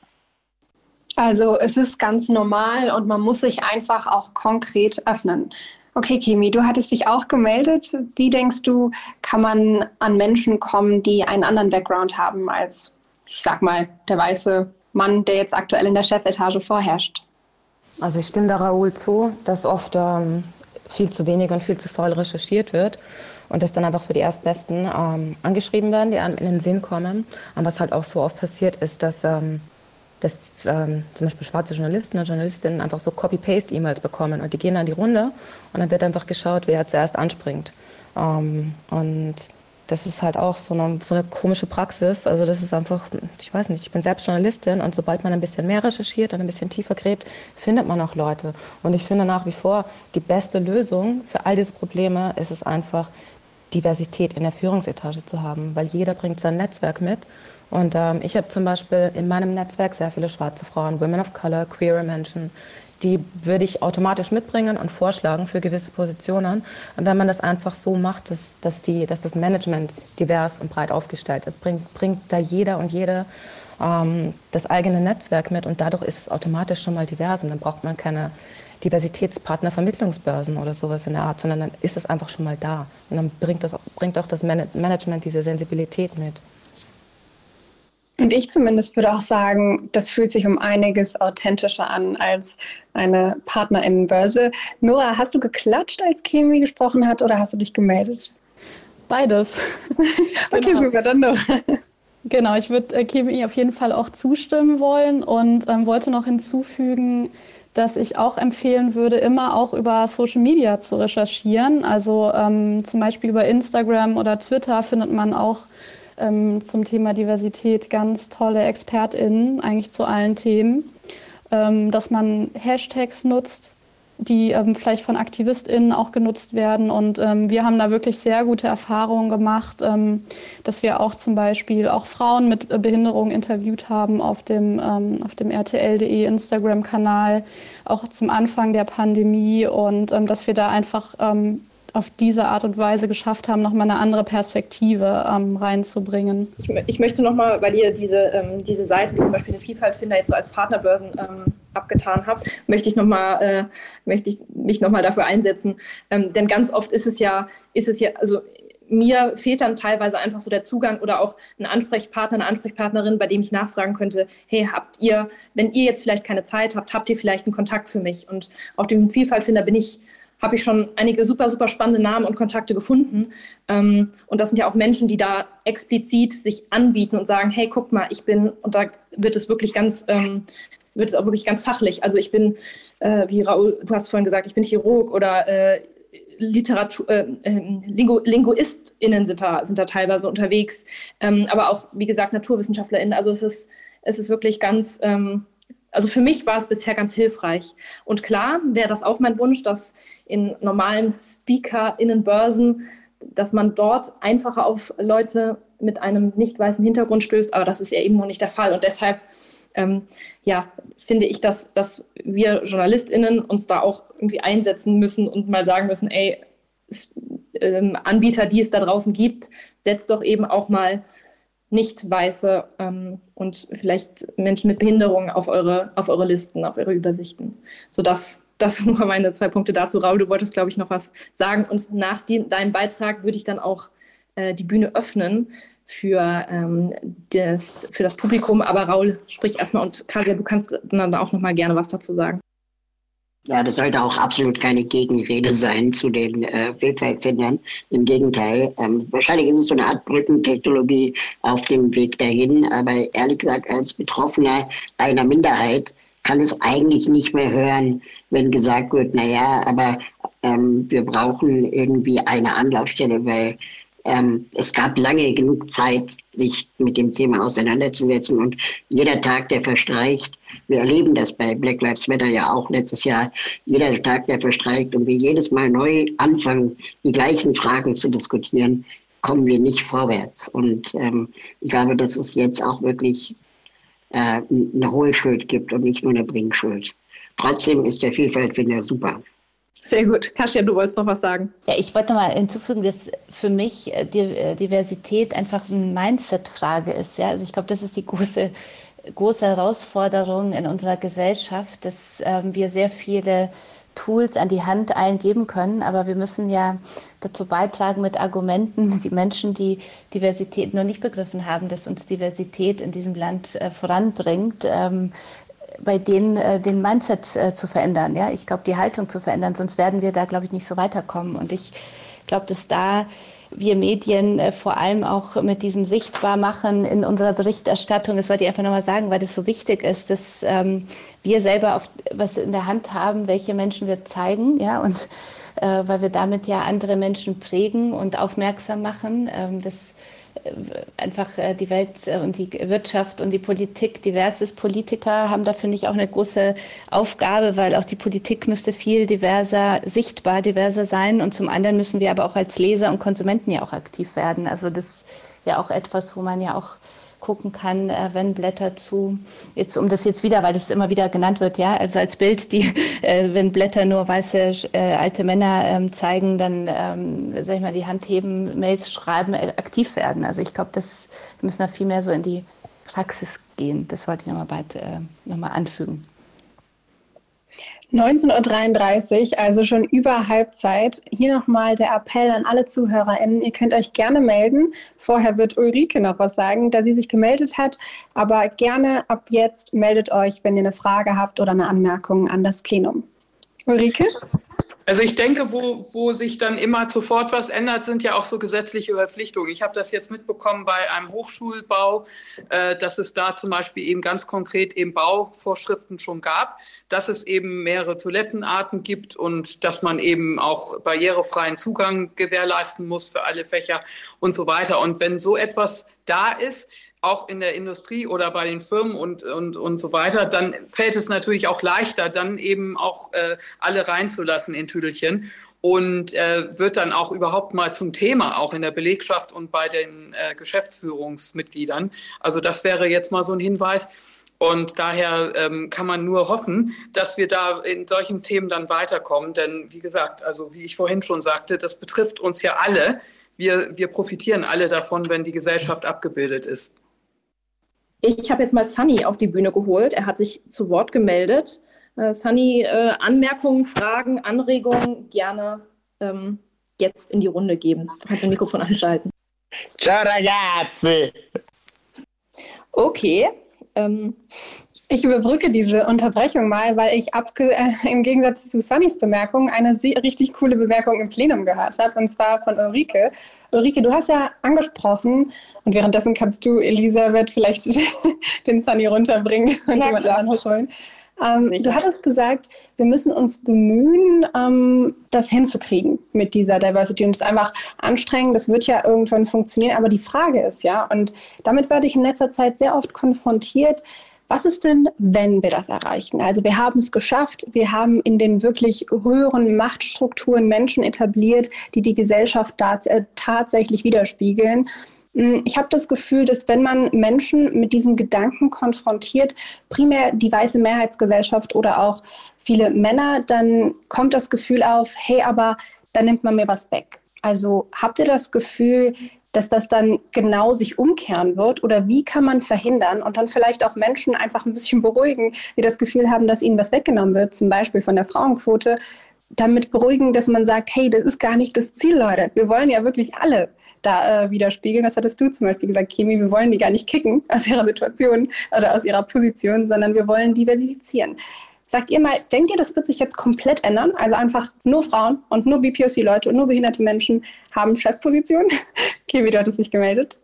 Also es ist ganz normal und man muss sich einfach auch konkret öffnen. Okay, Kimi, du hattest dich auch gemeldet. Wie denkst du, kann man an Menschen kommen, die einen anderen Background haben als, ich sag mal, der weiße Mann, der jetzt aktuell in der Chefetage vorherrscht? Also ich stimme da Raoul zu, dass oft ähm, viel zu wenig und viel zu faul recherchiert wird und dass dann einfach so die Erstbesten ähm, angeschrieben werden, die einem in den Sinn kommen. Und was halt auch so oft passiert ist, dass... Ähm, dass ähm, zum Beispiel schwarze Journalisten und Journalistinnen einfach so Copy-Paste-E-Mails bekommen und die gehen an die Runde und dann wird einfach geschaut, wer zuerst anspringt. Ähm, und das ist halt auch so eine, so eine komische Praxis. Also das ist einfach, ich weiß nicht, ich bin selbst Journalistin und sobald man ein bisschen mehr recherchiert und ein bisschen tiefer gräbt, findet man auch Leute. Und ich finde nach wie vor, die beste Lösung für all diese Probleme ist es einfach, Diversität in der Führungsetage zu haben, weil jeder bringt sein Netzwerk mit. Und ähm, ich habe zum Beispiel in meinem Netzwerk sehr viele schwarze Frauen, Women of Color, queere Menschen. Die würde ich automatisch mitbringen und vorschlagen für gewisse Positionen. Und wenn man das einfach so macht, dass, dass, die, dass das Management divers und breit aufgestellt ist, bringt, bringt da jeder und jede ähm, das eigene Netzwerk mit. Und dadurch ist es automatisch schon mal divers. Und dann braucht man keine Diversitätspartner-Vermittlungsbörsen oder sowas in der Art, sondern dann ist es einfach schon mal da. Und dann bringt, das, bringt auch das Management diese Sensibilität mit. Und ich zumindest würde auch sagen, das fühlt sich um einiges authentischer an als eine PartnerInnenbörse. Nora, hast du geklatscht, als Kimi gesprochen hat, oder hast du dich gemeldet? Beides. Okay, genau. Super, dann Nora. Genau, ich würde äh, Kimi auf jeden Fall auch zustimmen wollen und ähm, wollte noch hinzufügen, dass ich auch empfehlen würde, immer auch über Social Media zu recherchieren. Also ähm, zum Beispiel über Instagram oder Twitter findet man auch ähm, zum Thema Diversität ganz tolle ExpertInnen, eigentlich zu allen Themen. Ähm, dass man Hashtags nutzt, die ähm, vielleicht von AktivistInnen auch genutzt werden. Und ähm, wir haben da wirklich sehr gute Erfahrungen gemacht, ähm, dass wir auch zum Beispiel auch Frauen mit Behinderung interviewt haben auf dem, ähm, auf dem R T L punkt de Instagram-Kanal, auch zum Anfang der Pandemie. Und ähm, dass wir da einfach ähm, auf diese Art und Weise geschafft haben, nochmal eine andere Perspektive ähm, reinzubringen. Ich, ich möchte nochmal, weil ihr diese, ähm, diese Seiten, wie zum Beispiel den Vielfaltfinder jetzt so als Partnerbörsen ähm, abgetan habt, möchte ich, noch mal, äh, möchte ich mich nochmal dafür einsetzen. Ähm, denn ganz oft ist es ja, ist es ja, also mir fehlt dann teilweise einfach so der Zugang oder auch ein Ansprechpartner, eine Ansprechpartnerin, bei dem ich nachfragen könnte, hey, habt ihr, wenn ihr jetzt vielleicht keine Zeit habt, habt ihr vielleicht einen Kontakt für mich? Und auf dem Vielfaltfinder bin ich habe ich schon einige super, super spannende Namen und Kontakte gefunden. Ähm, und das sind ja auch Menschen, die da explizit sich anbieten und sagen, hey, guck mal, ich bin, und da wird es wirklich ganz, ähm, wird es auch wirklich ganz fachlich. Also ich bin, äh, wie Raoul, du hast vorhin gesagt, ich bin Chirurg oder äh, Literatur, äh, Lingu, LinguistInnen sind da, sind da teilweise unterwegs, ähm, aber auch, wie gesagt, NaturwissenschaftlerInnen. Also es ist, es ist wirklich ganz, ähm, also für mich war es bisher ganz hilfreich. Und klar wäre das auch mein Wunsch, dass in normalen SpeakerInnenbörsen dass man dort einfacher auf Leute mit einem nicht weißen Hintergrund stößt, aber das ist ja eben noch nicht der Fall. Und deshalb ähm, ja, finde ich, dass, dass wir JournalistInnen uns da auch irgendwie einsetzen müssen und mal sagen müssen, ey, es, ähm, Anbieter, die es da draußen gibt, setzt doch eben auch mal nicht Weiße ähm, und vielleicht Menschen mit Behinderungen auf eure, auf eure Listen, auf eure Übersichten. So das, das sind nur meine zwei Punkte dazu. Raul, du wolltest, glaube ich, noch was sagen. Und nach die, deinem Beitrag würde ich dann auch äh, die Bühne öffnen für, ähm, das, für das Publikum. Aber Raul, sprich erstmal und Kasia, du kannst dann auch noch mal gerne was dazu sagen. Ja, das sollte auch absolut keine Gegenrede sein zu den äh, Vielfaltfindern. Im Gegenteil, ähm, wahrscheinlich ist es so eine Art Brückentechnologie auf dem Weg dahin. Aber ehrlich gesagt, als Betroffener einer Minderheit kann es eigentlich nicht mehr hören, wenn gesagt wird, naja, aber ähm, wir brauchen irgendwie eine Anlaufstelle, weil Ähm, es gab lange genug Zeit, sich mit dem Thema auseinanderzusetzen und jeder Tag, der verstreicht, wir erleben das bei Black Lives Matter ja auch letztes Jahr, jeder Tag, der verstreicht und wir jedes Mal neu anfangen, die gleichen Fragen zu diskutieren, kommen wir nicht vorwärts. Und ähm, ich glaube, dass es jetzt auch wirklich äh, eine Hohlschuld gibt und nicht nur eine Bringschuld. Trotzdem ist der Vielfaltfinder super. Sehr gut. Kasia, du wolltest noch was sagen. Ja, ich wollte noch mal hinzufügen, dass für mich die Diversität einfach eine Mindset-Frage ist. Ja? Also ich glaube, das ist die große, große Herausforderung in unserer Gesellschaft, dass ähm, wir sehr viele Tools an die Hand allen geben können, aber wir müssen ja dazu beitragen mit Argumenten, die Menschen, die Diversität noch nicht begriffen haben, dass uns Diversität in diesem Land äh, voranbringt, ähm, bei denen äh, den Mindset äh, zu verändern, ja, ich glaube, die Haltung zu verändern, sonst werden wir da, glaube ich, nicht so weiterkommen. Und ich glaube, dass da wir Medien äh, vor allem auch mit diesem Sichtbarmachen in unserer Berichterstattung, das wollte ich einfach nochmal sagen, weil das so wichtig ist, dass ähm, wir selber auf, was in der Hand haben, welche Menschen wir zeigen, ja, und äh, weil wir damit ja andere Menschen prägen und aufmerksam machen, ähm, das einfach die Welt und die Wirtschaft und die Politik, diverses Politiker haben da, finde ich, auch eine große Aufgabe, weil auch die Politik müsste viel diverser, sichtbar diverser sein und zum anderen müssen wir aber auch als Leser und Konsumenten ja auch aktiv werden. Also das ist ja auch etwas, wo man ja auch gucken kann, äh, wenn Blätter zu, jetzt um das jetzt wieder, weil das immer wieder genannt wird, ja, also als Bild, die, äh, wenn Blätter nur weiße äh, alte Männer ähm, zeigen, dann, ähm, sag ich mal, die Hand heben, Mails schreiben, äh, aktiv werden. Also ich glaube, das wir müssen da viel mehr so in die Praxis gehen. Das wollte ich nochmal bald äh, nochmal anfügen. neunzehn Uhr dreiunddreißig, also schon über Halbzeit. Hier nochmal der Appell an alle ZuhörerInnen. Ihr könnt euch gerne melden. Vorher wird Ulrike noch was sagen, da sie sich gemeldet hat. Aber gerne ab jetzt meldet euch, wenn ihr eine Frage habt oder eine Anmerkung an das Plenum. Ulrike? Also ich denke, wo, wo sich dann immer sofort was ändert, sind ja auch so gesetzliche Verpflichtungen. Ich habe das jetzt mitbekommen bei einem Hochschulbau, äh, dass es da zum Beispiel eben ganz konkret eben Bauvorschriften schon gab, dass es eben mehrere Toilettenarten gibt und dass man eben auch barrierefreien Zugang gewährleisten muss für alle Fächer und so weiter. Und wenn so etwas da ist, auch in der Industrie oder bei den Firmen und, und, und so weiter, dann fällt es natürlich auch leichter, dann eben auch äh, alle reinzulassen in Tüdelchen und äh, wird dann auch überhaupt mal zum Thema, auch in der Belegschaft und bei den äh, Geschäftsführungsmitgliedern. Also das wäre jetzt mal so ein Hinweis. Und daher ähm, kann man nur hoffen, dass wir da in solchen Themen dann weiterkommen. Denn wie gesagt, also wie ich vorhin schon sagte, das betrifft uns ja alle. Wir, wir profitieren alle davon, wenn die Gesellschaft abgebildet ist. Ich habe jetzt mal Sunny auf die Bühne geholt. Er hat sich zu Wort gemeldet. Äh, Sunny, äh, Anmerkungen, Fragen, Anregungen gerne ähm, jetzt in die Runde geben. Du kannst dein Mikrofon anschalten. Ciao ragazzi! Okay. Ähm, Ich überbrücke diese Unterbrechung mal, weil ich abge- äh, im Gegensatz zu Sunnys Bemerkung eine sehr, richtig coole Bemerkung im Plenum gehört habe, und zwar von Ulrike. Ulrike, du hast ja angesprochen, und währenddessen kannst du, Elisabeth, vielleicht den Sunny runterbringen und ja, jemand anderen hochholen. Ähm, du hattest gesagt, wir müssen uns bemühen, ähm, das hinzukriegen mit dieser Diversity. Und es ist einfach anstrengend, das wird ja irgendwann funktionieren. Aber die Frage ist ja, und damit werde ich in letzter Zeit sehr oft konfrontiert, Was ist denn, wenn wir das erreichen? Also wir haben es geschafft, wir haben in den wirklich höheren Machtstrukturen Menschen etabliert, die die Gesellschaft tats- äh, tatsächlich widerspiegeln. Ich habe das Gefühl, dass wenn man Menschen mit diesem Gedanken konfrontiert, primär die weiße Mehrheitsgesellschaft oder auch viele Männer, dann kommt das Gefühl auf, hey, aber da nimmt man mir was weg. Also habt ihr das Gefühl, dass das dann genau sich umkehren wird? Oder wie kann man verhindern und dann vielleicht auch Menschen einfach ein bisschen beruhigen, die das Gefühl haben, dass ihnen was weggenommen wird, zum Beispiel von der Frauenquote, damit beruhigen, dass man sagt, hey, das ist gar nicht das Ziel, Leute. Wir wollen ja wirklich alle da äh, widerspiegeln. Das hattest du zum Beispiel gesagt, Kemi, wir wollen die gar nicht kicken aus ihrer Situation oder aus ihrer Position, sondern wir wollen diversifizieren. Sagt ihr mal, denkt ihr, das wird sich jetzt komplett ändern? Also einfach nur Frauen und nur B P O C-Leute und nur behinderte Menschen haben Chefpositionen? Kemi, du hattest dich gemeldet.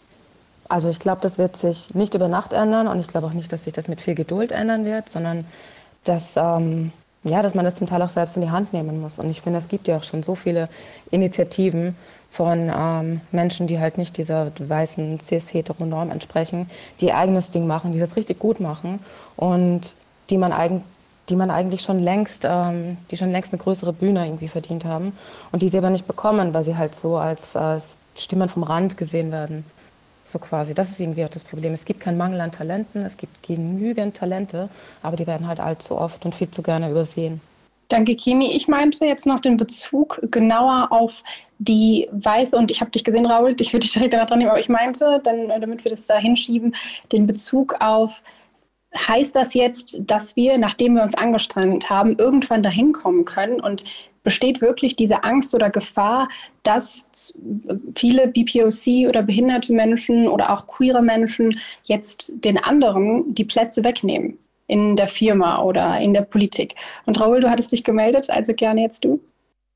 Also ich glaube, das wird sich nicht über Nacht ändern und ich glaube auch nicht, dass sich das mit viel Geduld ändern wird, sondern dass, ähm, ja, dass man das zum Teil auch selbst in die Hand nehmen muss. Und ich finde, es gibt ja auch schon so viele Initiativen von ähm, Menschen, die halt nicht dieser weißen cis-hetero-Norm entsprechen, die ihr eigenes Ding machen, die das richtig gut machen und die man, eigen, die man eigentlich schon längst, ähm, die schon längst eine größere Bühne irgendwie verdient haben und die sie aber nicht bekommen, weil sie halt so als, als Stimmen vom Rand gesehen werden. So quasi. Das ist irgendwie auch das Problem. Es gibt keinen Mangel an Talenten, es gibt genügend Talente, aber die werden halt allzu oft und viel zu gerne übersehen. Danke, Kemi. Ich meinte jetzt noch den Bezug genauer auf die Weiße, und ich habe dich gesehen, Raoul, ich würde dich direkt danach dran nehmen, aber ich meinte, dann, damit wir das da hinschieben, den Bezug auf, heißt das jetzt, dass wir, nachdem wir uns angestrengt haben, irgendwann dahin kommen können und besteht wirklich diese Angst oder Gefahr, dass viele B P O C oder behinderte Menschen oder auch queere Menschen jetzt den anderen die Plätze wegnehmen in der Firma oder in der Politik? Und Raoul, du hattest dich gemeldet, also gerne jetzt du.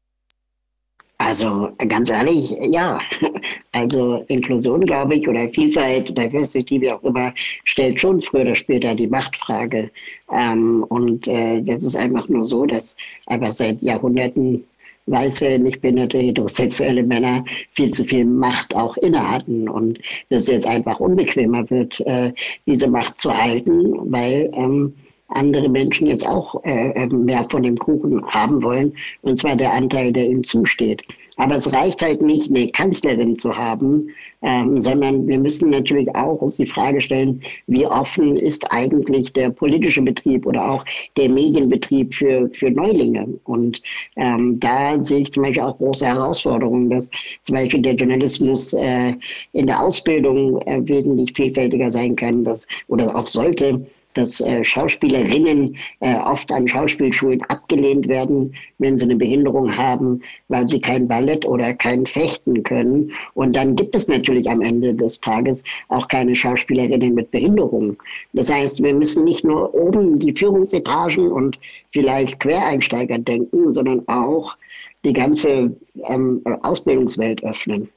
Also ganz ehrlich, ja. Also Inklusion, glaube ich, oder Vielfalt, Diversity, wie auch immer, stellt schon früher oder später die Machtfrage. Ähm, und äh, das ist einfach nur so, dass einfach seit Jahrhunderten weiße, nicht behinderte, heterosexuelle Männer viel zu viel Macht auch inne hatten und dass es jetzt einfach unbequemer wird, äh, diese Macht zu halten, weil ähm, andere Menschen jetzt auch äh, mehr von dem Kuchen haben wollen, und zwar der Anteil, der ihnen zusteht. Aber es reicht halt nicht, eine Kanzlerin zu haben, ähm, sondern wir müssen natürlich auch uns die Frage stellen, wie offen ist eigentlich der politische Betrieb oder auch der Medienbetrieb für, für Neulinge. Und ähm, da sehe ich zum Beispiel auch große Herausforderungen, dass zum Beispiel der Journalismus äh, in der Ausbildung äh, wesentlich vielfältiger sein kann, dass, oder auch sollte, dass äh, Schauspielerinnen äh, oft an Schauspielschulen abgelehnt werden, wenn sie eine Behinderung haben, weil sie kein Ballett oder kein Fechten können. Und dann gibt es natürlich am Ende des Tages auch keine Schauspielerinnen mit Behinderung. Das heißt, wir müssen nicht nur oben die Führungsetagen und vielleicht Quereinsteiger denken, sondern auch die ganze ähm, Ausbildungswelt öffnen.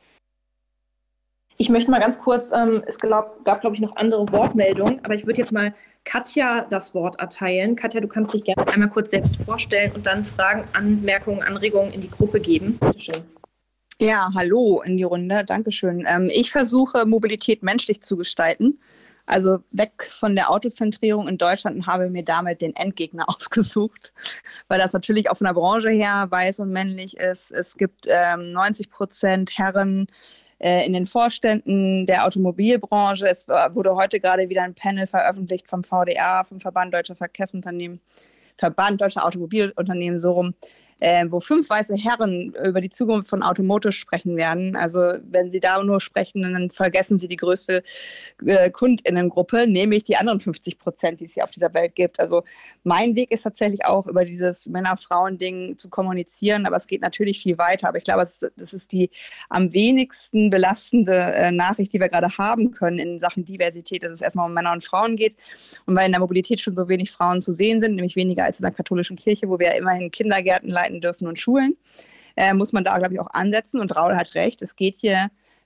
Ich möchte mal ganz kurz, ähm, es glaub, gab, glaube ich, noch andere Wortmeldungen, aber ich würde jetzt mal Katja das Wort erteilen. Katja, du kannst dich gerne einmal kurz selbst vorstellen und dann Fragen, Anmerkungen, Anregungen in die Gruppe geben. Bitte schön. Ja, hallo in die Runde, Dankeschön. Ähm, ich versuche, Mobilität menschlich zu gestalten, also weg von der Autozentrierung in Deutschland, und habe mir damit den Endgegner ausgesucht, weil das natürlich auch von der Branche her weiß und männlich ist. Es gibt ähm, neunzig Prozent Herren in den Vorständen der Automobilbranche. Es wurde heute gerade wieder ein Panel veröffentlicht vom V D A, vom Verband Deutscher Verkehrsunternehmen, Verband Deutscher Automobilunternehmen, so rum, äh, wo fünf weiße Herren über die Zukunft von Automotive sprechen werden. Also wenn sie da nur sprechen, dann vergessen sie die größte äh, KundInnengruppe, nämlich die anderen fünfzig Prozent, die es hier auf dieser Welt gibt. Also mein Weg ist tatsächlich auch, über dieses Männer-Frauen-Ding zu kommunizieren, aber es geht natürlich viel weiter. Aber ich glaube, das ist die am wenigsten belastende äh, Nachricht, die wir gerade haben können in Sachen Diversität, dass es erstmal um Männer und Frauen geht. Und weil in der Mobilität schon so wenig Frauen zu sehen sind, nämlich weniger als in der katholischen Kirche, wo wir ja immerhin Kindergärten leiten dürfen und Schulen, äh, muss man da, glaube ich, auch ansetzen. Und Raoul hat recht, es geht hier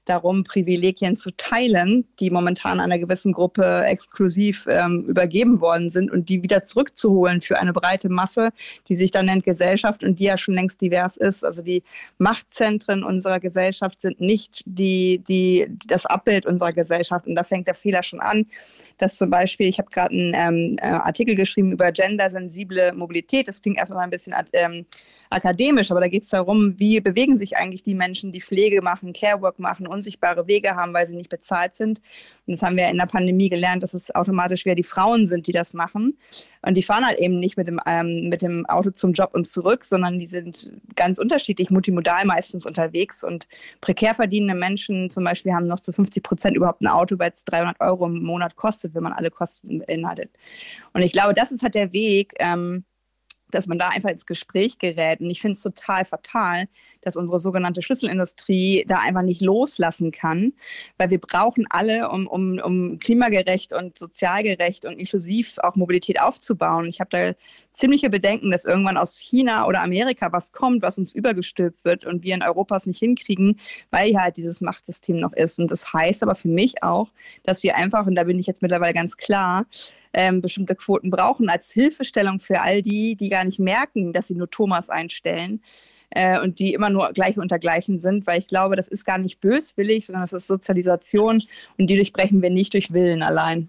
darum, Privilegien zu teilen, die momentan einer gewissen Gruppe exklusiv ähm, übergeben worden sind und die wieder zurückzuholen für eine breite Masse, die sich dann nennt Gesellschaft und die ja schon längst divers ist. Also die Machtzentren unserer Gesellschaft sind nicht die, die, das Abbild unserer Gesellschaft. Und da fängt der Fehler schon an, dass zum Beispiel, ich habe gerade einen ähm, Artikel geschrieben über gendersensible Mobilität. Das klingt erstmal ein bisschen ähm, akademisch, aber da geht es darum, wie bewegen sich eigentlich die Menschen, die Pflege machen, Carework machen, unsichtbare Wege haben, weil sie nicht bezahlt sind. Und das haben wir in der Pandemie gelernt, dass es automatisch wieder die Frauen sind, die das machen. Und die fahren halt eben nicht mit dem, ähm, mit dem Auto zum Job und zurück, sondern die sind ganz unterschiedlich, multimodal meistens unterwegs. Und prekär verdienende Menschen zum Beispiel haben noch zu fünfzig Prozent überhaupt ein Auto, weil es dreihundert Euro im Monat kostet, wenn man alle Kosten beinhaltet. Und ich glaube, das ist halt der Weg, ähm, dass man da einfach ins Gespräch gerät. Und ich finde es total fatal, dass unsere sogenannte Schlüsselindustrie da einfach nicht loslassen kann, weil wir brauchen alle, um, um, um klimagerecht und sozialgerecht und inklusiv auch Mobilität aufzubauen. Ich habe da ziemliche Bedenken, dass irgendwann aus China oder Amerika was kommt, was uns übergestülpt wird und wir in Europa es nicht hinkriegen, weil hier halt dieses Machtsystem noch ist. Und das heißt aber für mich auch, dass wir einfach, und da bin ich jetzt mittlerweile ganz klar, ähm, bestimmte Quoten brauchen als Hilfestellung für all die, die gar nicht merken, dass sie nur Thomas einstellen äh, und die immer nur Gleiche unter Gleichen sind, weil ich glaube, das ist gar nicht böswillig, sondern das ist Sozialisation und die durchbrechen wir nicht durch Willen allein.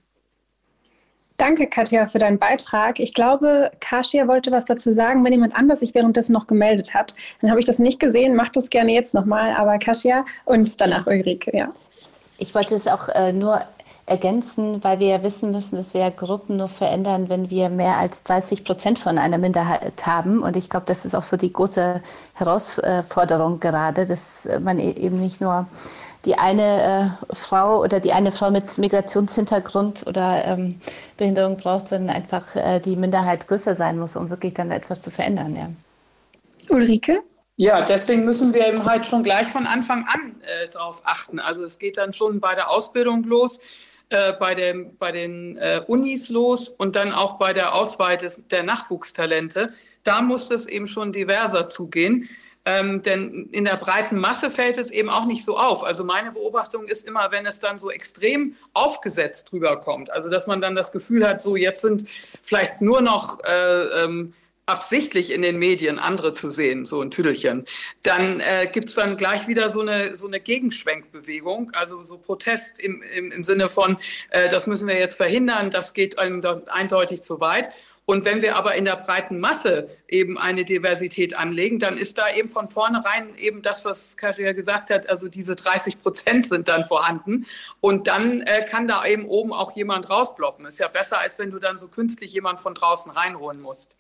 Danke, Katja, für deinen Beitrag. Ich glaube, Kasia wollte was dazu sagen. Wenn jemand anders sich währenddessen noch gemeldet hat, dann habe ich das nicht gesehen. Mach das gerne jetzt nochmal. Aber Kasia und danach Ulrike, ja. Ich wollte es auch äh, nur ergänzen, weil wir ja wissen müssen, dass wir ja Gruppen nur verändern, wenn wir mehr als dreißig Prozent von einer Minderheit haben. Und ich glaube, das ist auch so die große Herausforderung gerade, dass man eben nicht nur die eine äh, Frau oder die eine Frau mit Migrationshintergrund oder ähm, Behinderung braucht, sondern einfach äh, die Minderheit größer sein muss, um wirklich dann etwas zu verändern. Ja. Ulrike? Ja, deswegen müssen wir eben halt schon gleich von Anfang an äh, darauf achten. Also es geht dann schon bei der Ausbildung los, äh, bei, dem, bei den äh, Unis los und dann auch bei der Auswahl des, der Nachwuchstalente. Da muss es eben schon diverser zugehen. Ähm, denn in der breiten Masse fällt es eben auch nicht so auf. Also meine Beobachtung ist immer, wenn es dann so extrem aufgesetzt drüber kommt, also dass man dann das Gefühl hat, so jetzt sind vielleicht nur noch äh, ähm, absichtlich in den Medien andere zu sehen, so ein Tüdelchen, dann äh, gibt es dann gleich wieder so eine, so eine Gegenschwenkbewegung, also so Protest im, im, im Sinne von, äh, das müssen wir jetzt verhindern, das geht einem eindeutig zu weit. Und wenn wir aber in der breiten Masse eben eine Diversität anlegen, dann ist da eben von vornherein eben das, was Kasia gesagt hat, also diese dreißig Prozent sind dann vorhanden. Und dann äh, kann da eben oben auch jemand rausbloppen. Ist ja besser, als wenn du dann so künstlich jemand von draußen reinholen musst.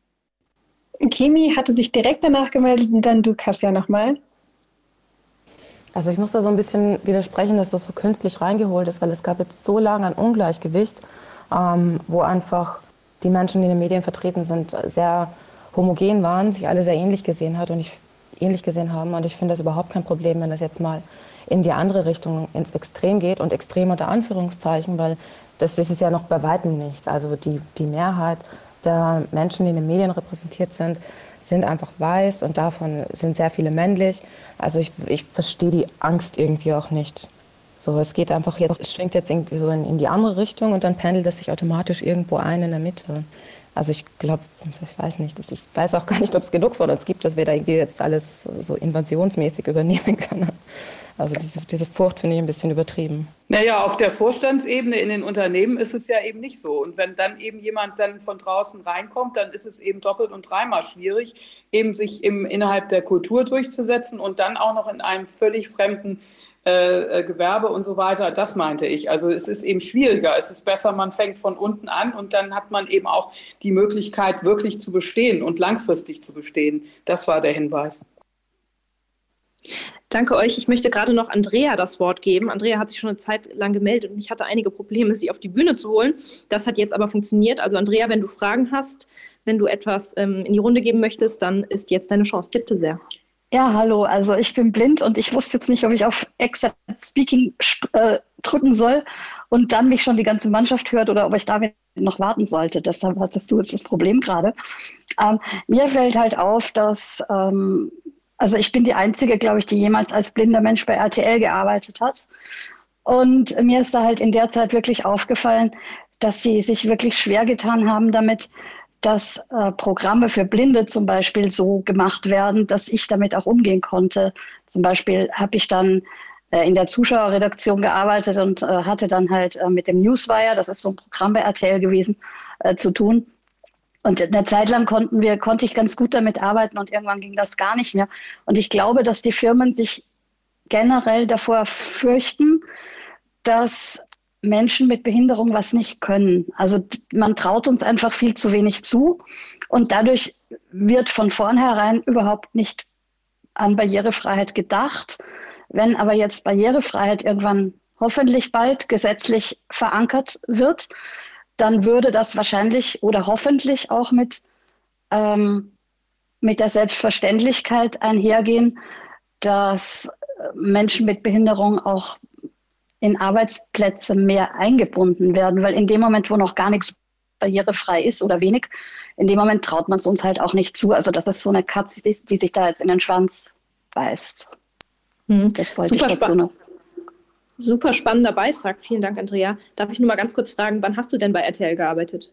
Kemi hatte sich direkt danach gemeldet und dann du, Kasia, nochmal. Also ich muss da so ein bisschen widersprechen, dass das so künstlich reingeholt ist, weil es gab jetzt so lange ein Ungleichgewicht, ähm, wo einfach die Menschen, die in den Medien vertreten sind, sehr homogen waren, sich alle sehr ähnlich gesehen hat und ich ähnlich gesehen haben. Und ich finde das überhaupt kein Problem, wenn das jetzt mal in die andere Richtung, ins Extrem geht und extrem unter Anführungszeichen, weil das ist es ja noch bei weitem nicht. Also die, die Mehrheit der Menschen, die in den Medien repräsentiert sind, sind einfach weiß und davon sind sehr viele männlich. Also ich, ich verstehe die Angst irgendwie auch nicht. So, es geht einfach jetzt, es schwingt jetzt irgendwie so in, in die andere Richtung und dann pendelt es sich automatisch irgendwo ein in der Mitte. Also ich glaube, ich weiß nicht, dass ich weiß auch gar nicht, ob es genug von uns gibt, dass wir da irgendwie jetzt alles so invasionsmäßig übernehmen können. Also diese, diese Furcht finde ich ein bisschen übertrieben. Naja, auf der Vorstandsebene in den Unternehmen ist es ja eben nicht so. Und wenn dann eben jemand dann von draußen reinkommt, dann ist es eben doppelt und dreimal schwierig, eben sich im, innerhalb der Kultur durchzusetzen und dann auch noch in einem völlig fremden Äh, Gewerbe und so weiter, das meinte ich. Also es ist eben schwieriger, es ist besser, man fängt von unten an und dann hat man eben auch die Möglichkeit, wirklich zu bestehen und langfristig zu bestehen. Das war der Hinweis. Danke euch. Ich möchte gerade noch Andrea das Wort geben. Andrea hat sich schon eine Zeit lang gemeldet und ich hatte einige Probleme, sie auf die Bühne zu holen. Das hat jetzt aber funktioniert. Also Andrea, wenn du Fragen hast, wenn du etwas ähm, in die Runde geben möchtest, dann ist jetzt deine Chance. Bitte sehr. Ja, hallo. Also ich bin blind und ich wusste jetzt nicht, ob ich auf Accept Speaking äh, drücken soll und dann mich schon die ganze Mannschaft hört oder ob ich da noch warten sollte. Deshalb hattest du jetzt das Problem gerade. Ähm, mir fällt halt auf, dass ähm, also ich bin die Einzige, glaube ich, die jemals als blinder Mensch bei R T L gearbeitet hat. Und mir ist da halt in der Zeit wirklich aufgefallen, dass sie sich wirklich schwer getan haben damit, dass äh, Programme für Blinde zum Beispiel so gemacht werden, dass ich damit auch umgehen konnte. Zum Beispiel habe ich dann äh, in der Zuschauerredaktion gearbeitet und äh, hatte dann halt äh, mit dem Newswire, das ist so ein Programm bei R T L gewesen, äh, zu tun. Und eine Zeit lang konnten wir, konnte ich ganz gut damit arbeiten und irgendwann ging das gar nicht mehr. Und ich glaube, dass die Firmen sich generell davor fürchten, dass Menschen mit Behinderung was nicht können. Also man traut uns einfach viel zu wenig zu und dadurch wird von vornherein überhaupt nicht an Barrierefreiheit gedacht. Wenn aber jetzt Barrierefreiheit irgendwann hoffentlich bald gesetzlich verankert wird, dann würde das wahrscheinlich oder hoffentlich auch mit, ähm, mit der Selbstverständlichkeit einhergehen, dass Menschen mit Behinderung auch in Arbeitsplätze mehr eingebunden werden, weil in dem Moment, wo noch gar nichts barrierefrei ist oder wenig, in dem Moment traut man es uns halt auch nicht zu. Also das ist so eine Katze, die, die sich da jetzt in den Schwanz beißt. Hm. Das wollte Super ich jetzt so noch. Super spannender Beitrag. Vielen Dank, Andrea. Darf ich nur mal ganz kurz fragen, wann hast du denn bei R T L gearbeitet?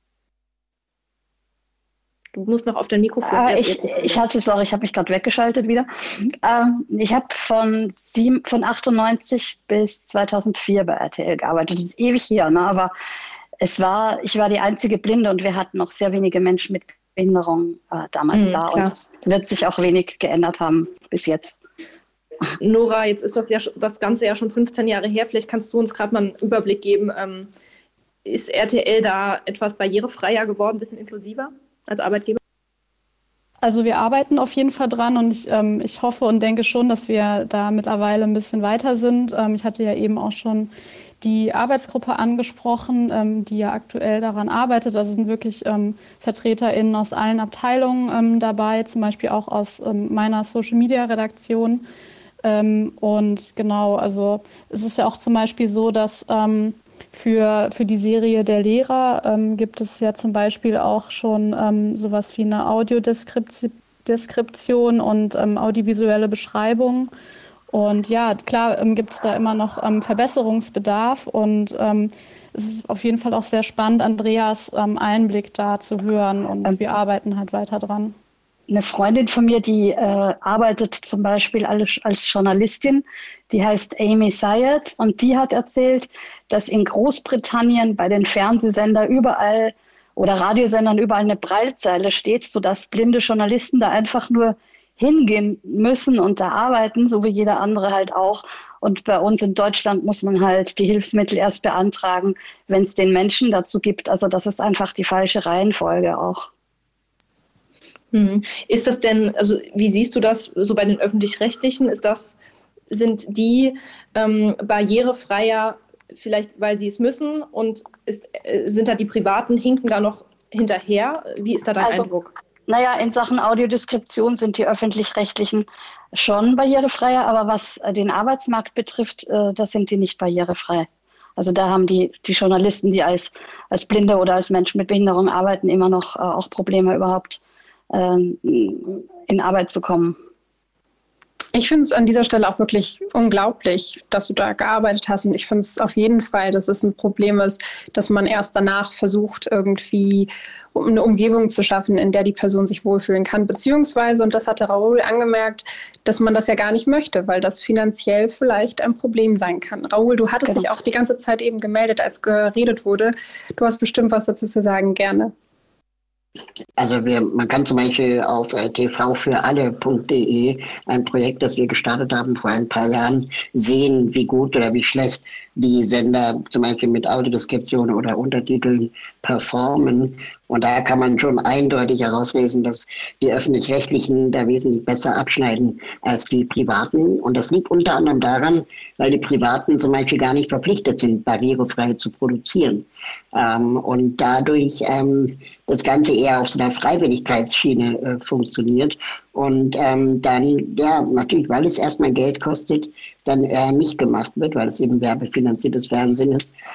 Du musst noch auf dein Mikrofon. Ah, ich, ich hatte, sorry, ich habe mich gerade weggeschaltet wieder. Ähm, ich habe von, von achtundneunzig bis zweitausendvier bei R T L gearbeitet. Das ist ewig her, ne? Aber es war, ich war die einzige Blinde und wir hatten noch sehr wenige Menschen mit Behinderung äh, damals Mhm, da. klar. Und es wird sich auch wenig geändert haben bis jetzt. Nora, jetzt ist das ja sch- das Ganze ja schon fünfzehn Jahre her. Vielleicht kannst du uns gerade mal einen Überblick geben. Ähm, ist R T L da etwas barrierefreier geworden, ein bisschen inklusiver als Arbeitgeber? Also wir arbeiten auf jeden Fall dran und ich, ähm, ich hoffe und denke schon, dass wir da mittlerweile ein bisschen weiter sind. Ähm, ich hatte ja eben auch schon die Arbeitsgruppe angesprochen, ähm, die ja aktuell daran arbeitet. Also es sind wirklich ähm, VertreterInnen aus allen Abteilungen ähm, dabei, zum Beispiel auch aus ähm, meiner Social-Media-Redaktion. Ähm, und genau, also es ist ja auch zum Beispiel so, dass ähm, Für, für die Serie der Lehrer ähm, gibt es ja zum Beispiel auch schon ähm, sowas wie eine Audiodeskription und ähm, audiovisuelle Beschreibung. Und ja, klar ähm, gibt es da immer noch ähm, Verbesserungsbedarf und ähm, es ist auf jeden Fall auch sehr spannend, Andreas ähm, Einblick da zu hören und ähm, wir arbeiten halt weiter dran. Eine Freundin von mir, die äh, arbeitet zum Beispiel als, als Journalistin, die heißt Amy Syed und die hat erzählt, dass in Großbritannien bei den Fernsehsendern überall oder Radiosendern überall eine Braillezeile steht, sodass blinde Journalisten da einfach nur hingehen müssen und da arbeiten, so wie jeder andere halt auch. Und bei uns in Deutschland muss man halt die Hilfsmittel erst beantragen, wenn es den Menschen dazu gibt. Also das ist einfach die falsche Reihenfolge auch. Hm. Ist das denn, also wie siehst du das so bei den Öffentlich-Rechtlichen? Ist das, sind die ähm, barrierefreier, vielleicht weil sie es müssen und ist, äh, sind da die Privaten, hinken da noch hinterher? Wie ist da dein also, Eindruck? Naja, in Sachen Audiodeskription sind die Öffentlich-Rechtlichen schon barrierefreier, aber was den Arbeitsmarkt betrifft, äh, da sind die nicht barrierefrei. Also da haben die, die Journalisten, die als, als Blinde oder als Menschen mit Behinderung arbeiten, immer noch äh, auch Probleme überhaupt ähm, in Arbeit zu kommen. Ich finde es an dieser Stelle auch wirklich unglaublich, dass du da gearbeitet hast. Und ich finde es auf jeden Fall, dass es ein Problem ist, dass man erst danach versucht, irgendwie eine Umgebung zu schaffen, in der die Person sich wohlfühlen kann. Beziehungsweise, und das hatte Raoul angemerkt, dass man das ja gar nicht möchte, weil das finanziell vielleicht ein Problem sein kann. Raoul, du hattest Genau. dich auch die ganze Zeit eben gemeldet, als geredet wurde. Du hast bestimmt was dazu zu sagen, gerne. Also wir, man kann zum Beispiel auf äh, t v für alle punkt d e, ein Projekt, das wir gestartet haben vor ein paar Jahren, sehen, wie gut oder wie schlecht die Sender zum Beispiel mit Audiodeskription oder Untertiteln performen. Und da kann man schon eindeutig herauslesen, dass die Öffentlich-Rechtlichen da wesentlich besser abschneiden als die Privaten. Und das liegt unter anderem daran, weil die Privaten zum Beispiel gar nicht verpflichtet sind, barrierefrei zu produzieren. Ähm, und dadurch ähm, das Ganze eher auf so einer Freiwilligkeitsschiene äh, funktioniert. Und ähm, dann, ja, natürlich, weil es erstmal Geld kostet, dann äh, nicht gemacht wird, weil es eben werbefinanziertes Fernsehen ist.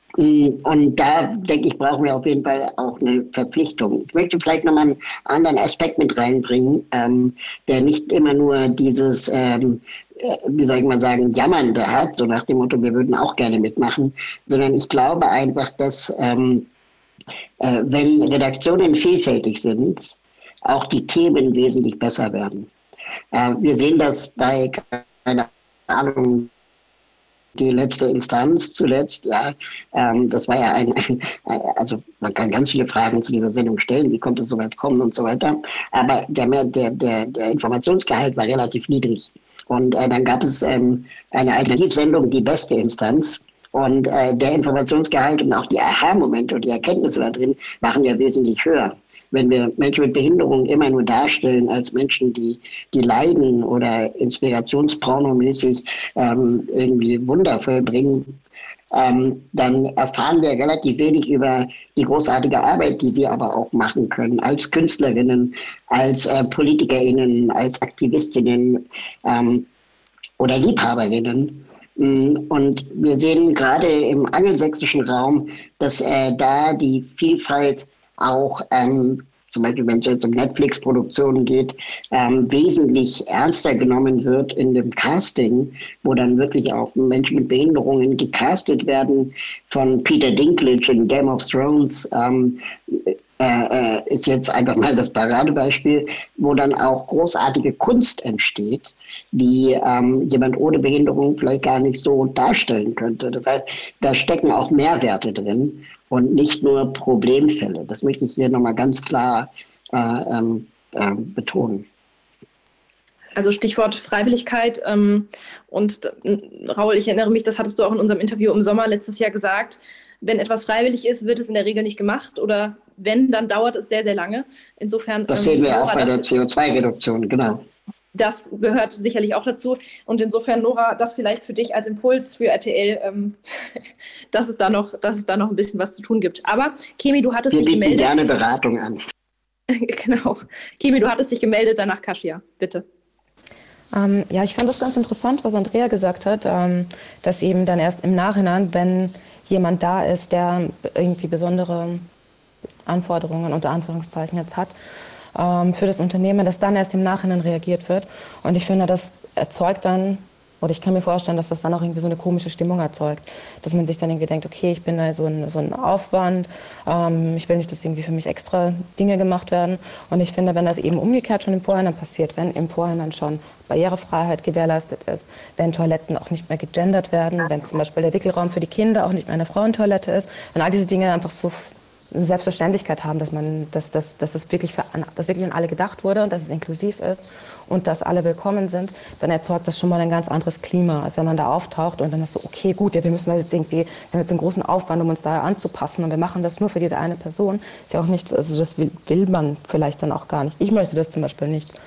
Und da, denke ich, brauchen wir auf jeden Fall auch eine Verpflichtung. Ich möchte vielleicht nochmal einen anderen Aspekt mit reinbringen, ähm, der nicht immer nur dieses, ähm, wie soll ich mal sagen, Jammernde hat, so nach dem Motto, wir würden auch gerne mitmachen, sondern ich glaube einfach, dass ähm, äh, wenn Redaktionen vielfältig sind, auch die Themen wesentlich besser werden. Äh, wir sehen das bei, keine Ahnung, die letzte Instanz zuletzt, ja, ähm, das war ja ein, ein, also man kann ganz viele Fragen zu dieser Sendung stellen, wie konnte es so weit kommen und so weiter, aber der, der, der, der Informationsgehalt war relativ niedrig. Und äh, dann gab es ähm, eine Alternativsendung, die beste Instanz, und äh, der Informationsgehalt und auch die Aha-Momente und die Erkenntnisse da drin waren ja wesentlich höher. Wenn wir Menschen mit Behinderung immer nur darstellen als Menschen, die, die leiden oder inspirationspornomäßig ähm, irgendwie Wunder vollbringen, ähm, dann erfahren wir relativ wenig über die großartige Arbeit, die sie aber auch machen können, als Künstlerinnen, als äh, PolitikerInnen, als Aktivistinnen ähm, oder Liebhaberinnen. Und wir sehen gerade im angelsächsischen Raum, dass äh, da die Vielfalt auch, ähm, zum Beispiel wenn es jetzt um Netflix-Produktionen geht, ähm, wesentlich ernster genommen wird in dem Casting, wo dann wirklich auch Menschen mit Behinderungen gecastet werden. Von Peter Dinklage in Game of Thrones ähm, äh, ist jetzt einfach mal das Paradebeispiel, wo dann auch großartige Kunst entsteht, die ähm, jemand ohne Behinderung vielleicht gar nicht so darstellen könnte. Das heißt, da stecken auch Mehrwerte drin und nicht nur Problemfälle. Das möchte ich hier nochmal ganz klar äh, ähm, äh, betonen. Also Stichwort Freiwilligkeit. Ähm, und äh, Raul, ich erinnere mich, das hattest du auch in unserem Interview im Sommer letztes Jahr gesagt, wenn etwas freiwillig ist, wird es in der Regel nicht gemacht oder wenn, dann dauert es sehr, sehr lange. Insofern. Das sehen wir ähm, Nora, auch bei der C O zwei Reduktion, genau. Das gehört sicherlich auch dazu. Und insofern, Nora, das vielleicht für dich als Impuls für R T L, ähm, dass, es da noch, dass es da noch ein bisschen was zu tun gibt. Aber Kemi, du hattest Wir dich gemeldet. Wir bieten gerne Beratung an. Genau. Kemi, du hattest dich gemeldet, danach Kasia, bitte. Ähm, ja, ich fand das ganz interessant, was Andrea gesagt hat, ähm, dass eben dann erst im Nachhinein, wenn jemand da ist, der irgendwie besondere Anforderungen unter Anführungszeichen jetzt hat, für das Unternehmen, dass dann erst im Nachhinein reagiert wird. Und ich finde, das erzeugt dann, oder ich kann mir vorstellen, dass das dann auch irgendwie so eine komische Stimmung erzeugt, dass man sich dann irgendwie denkt, okay, ich bin da so ein, so ein Aufwand, ähm, ich will nicht, dass irgendwie für mich extra Dinge gemacht werden. Und ich finde, wenn das eben umgekehrt schon im Vorhinein passiert, wenn im Vorhinein schon Barrierefreiheit gewährleistet ist, wenn Toiletten auch nicht mehr gegendert werden, wenn zum Beispiel der Wickelraum für die Kinder auch nicht mehr eine Frauentoilette ist, wenn all diese Dinge einfach so eine Selbstverständlichkeit haben, dass man, dass, dass, dass es wirklich für, dass wirklich an alle gedacht wurde und dass es inklusiv ist und dass alle willkommen sind, dann erzeugt das schon mal ein ganz anderes Klima, als wenn man da auftaucht und dann ist so, okay, gut, ja, wir müssen das jetzt irgendwie, wir haben jetzt einen großen Aufwand, um uns da anzupassen und wir machen das nur für diese eine Person. Ist ja auch nicht, also das will, will man vielleicht dann auch gar nicht. Ich möchte das zum Beispiel nicht.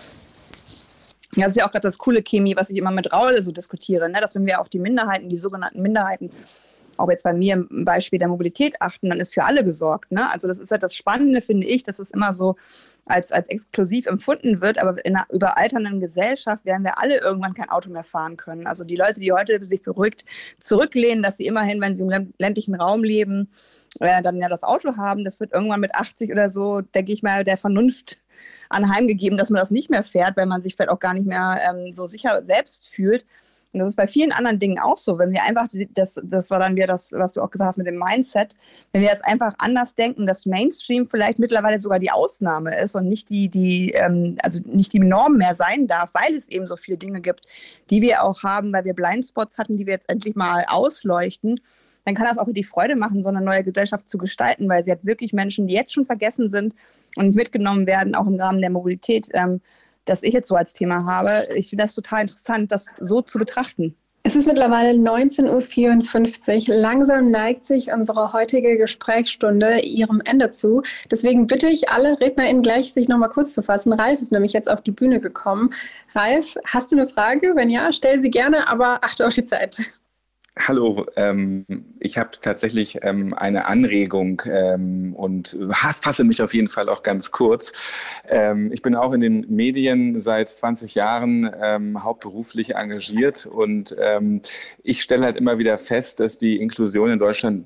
Ja, das ist ja auch gerade das coole Chemie, was ich immer mit Raul so diskutiere, ne? Dass wenn wir auf die Minderheiten, die sogenannten Minderheiten, auch jetzt bei mir im Beispiel der Mobilität achten, dann ist für alle gesorgt. Ne? Also das ist halt das Spannende, finde ich, dass es immer so als, als exklusiv empfunden wird, aber in einer überalternden Gesellschaft werden wir alle irgendwann kein Auto mehr fahren können. Also die Leute, die heute sich beruhigt zurücklehnen, dass sie immerhin, wenn sie im ländlichen Raum leben, äh, dann ja das Auto haben, das wird irgendwann mit achtzig oder so, denke ich mal, der Vernunft anheimgegeben, dass man das nicht mehr fährt, weil man sich vielleicht auch gar nicht mehr ähm, so sicher selbst fühlt. Und das ist bei vielen anderen Dingen auch so. Wenn wir einfach, das, das war dann wieder das, was du auch gesagt hast mit dem Mindset, wenn wir jetzt einfach anders denken, dass Mainstream vielleicht mittlerweile sogar die Ausnahme ist und nicht die, die, ähm, also nicht die Norm mehr sein darf, weil es eben so viele Dinge gibt, die wir auch haben, weil wir Blindspots hatten, die wir jetzt endlich mal ausleuchten, dann kann das auch die Freude machen, so eine neue Gesellschaft zu gestalten, weil sie hat wirklich Menschen, die jetzt schon vergessen sind und nicht mitgenommen werden, auch im Rahmen der Mobilität, ähm, das ich jetzt so als Thema habe. Ich finde das total interessant, das so zu betrachten. Es ist mittlerweile neunzehn Uhr vierundfünfzig. Langsam neigt sich unsere heutige Gesprächsstunde ihrem Ende zu. Deswegen bitte ich alle RednerInnen gleich, sich noch mal kurz zu fassen. Ralf ist nämlich jetzt auf die Bühne gekommen. Ralf, hast du eine Frage? Wenn ja, stell sie gerne, aber achte auf die Zeit. Hallo, ähm, ich habe tatsächlich ähm, eine Anregung ähm, und fasse mich auf jeden Fall auch ganz kurz. Ähm, ich bin auch in den Medien seit zwanzig Jahren ähm, hauptberuflich engagiert und ähm, ich stelle halt immer wieder fest, dass die Inklusion in Deutschland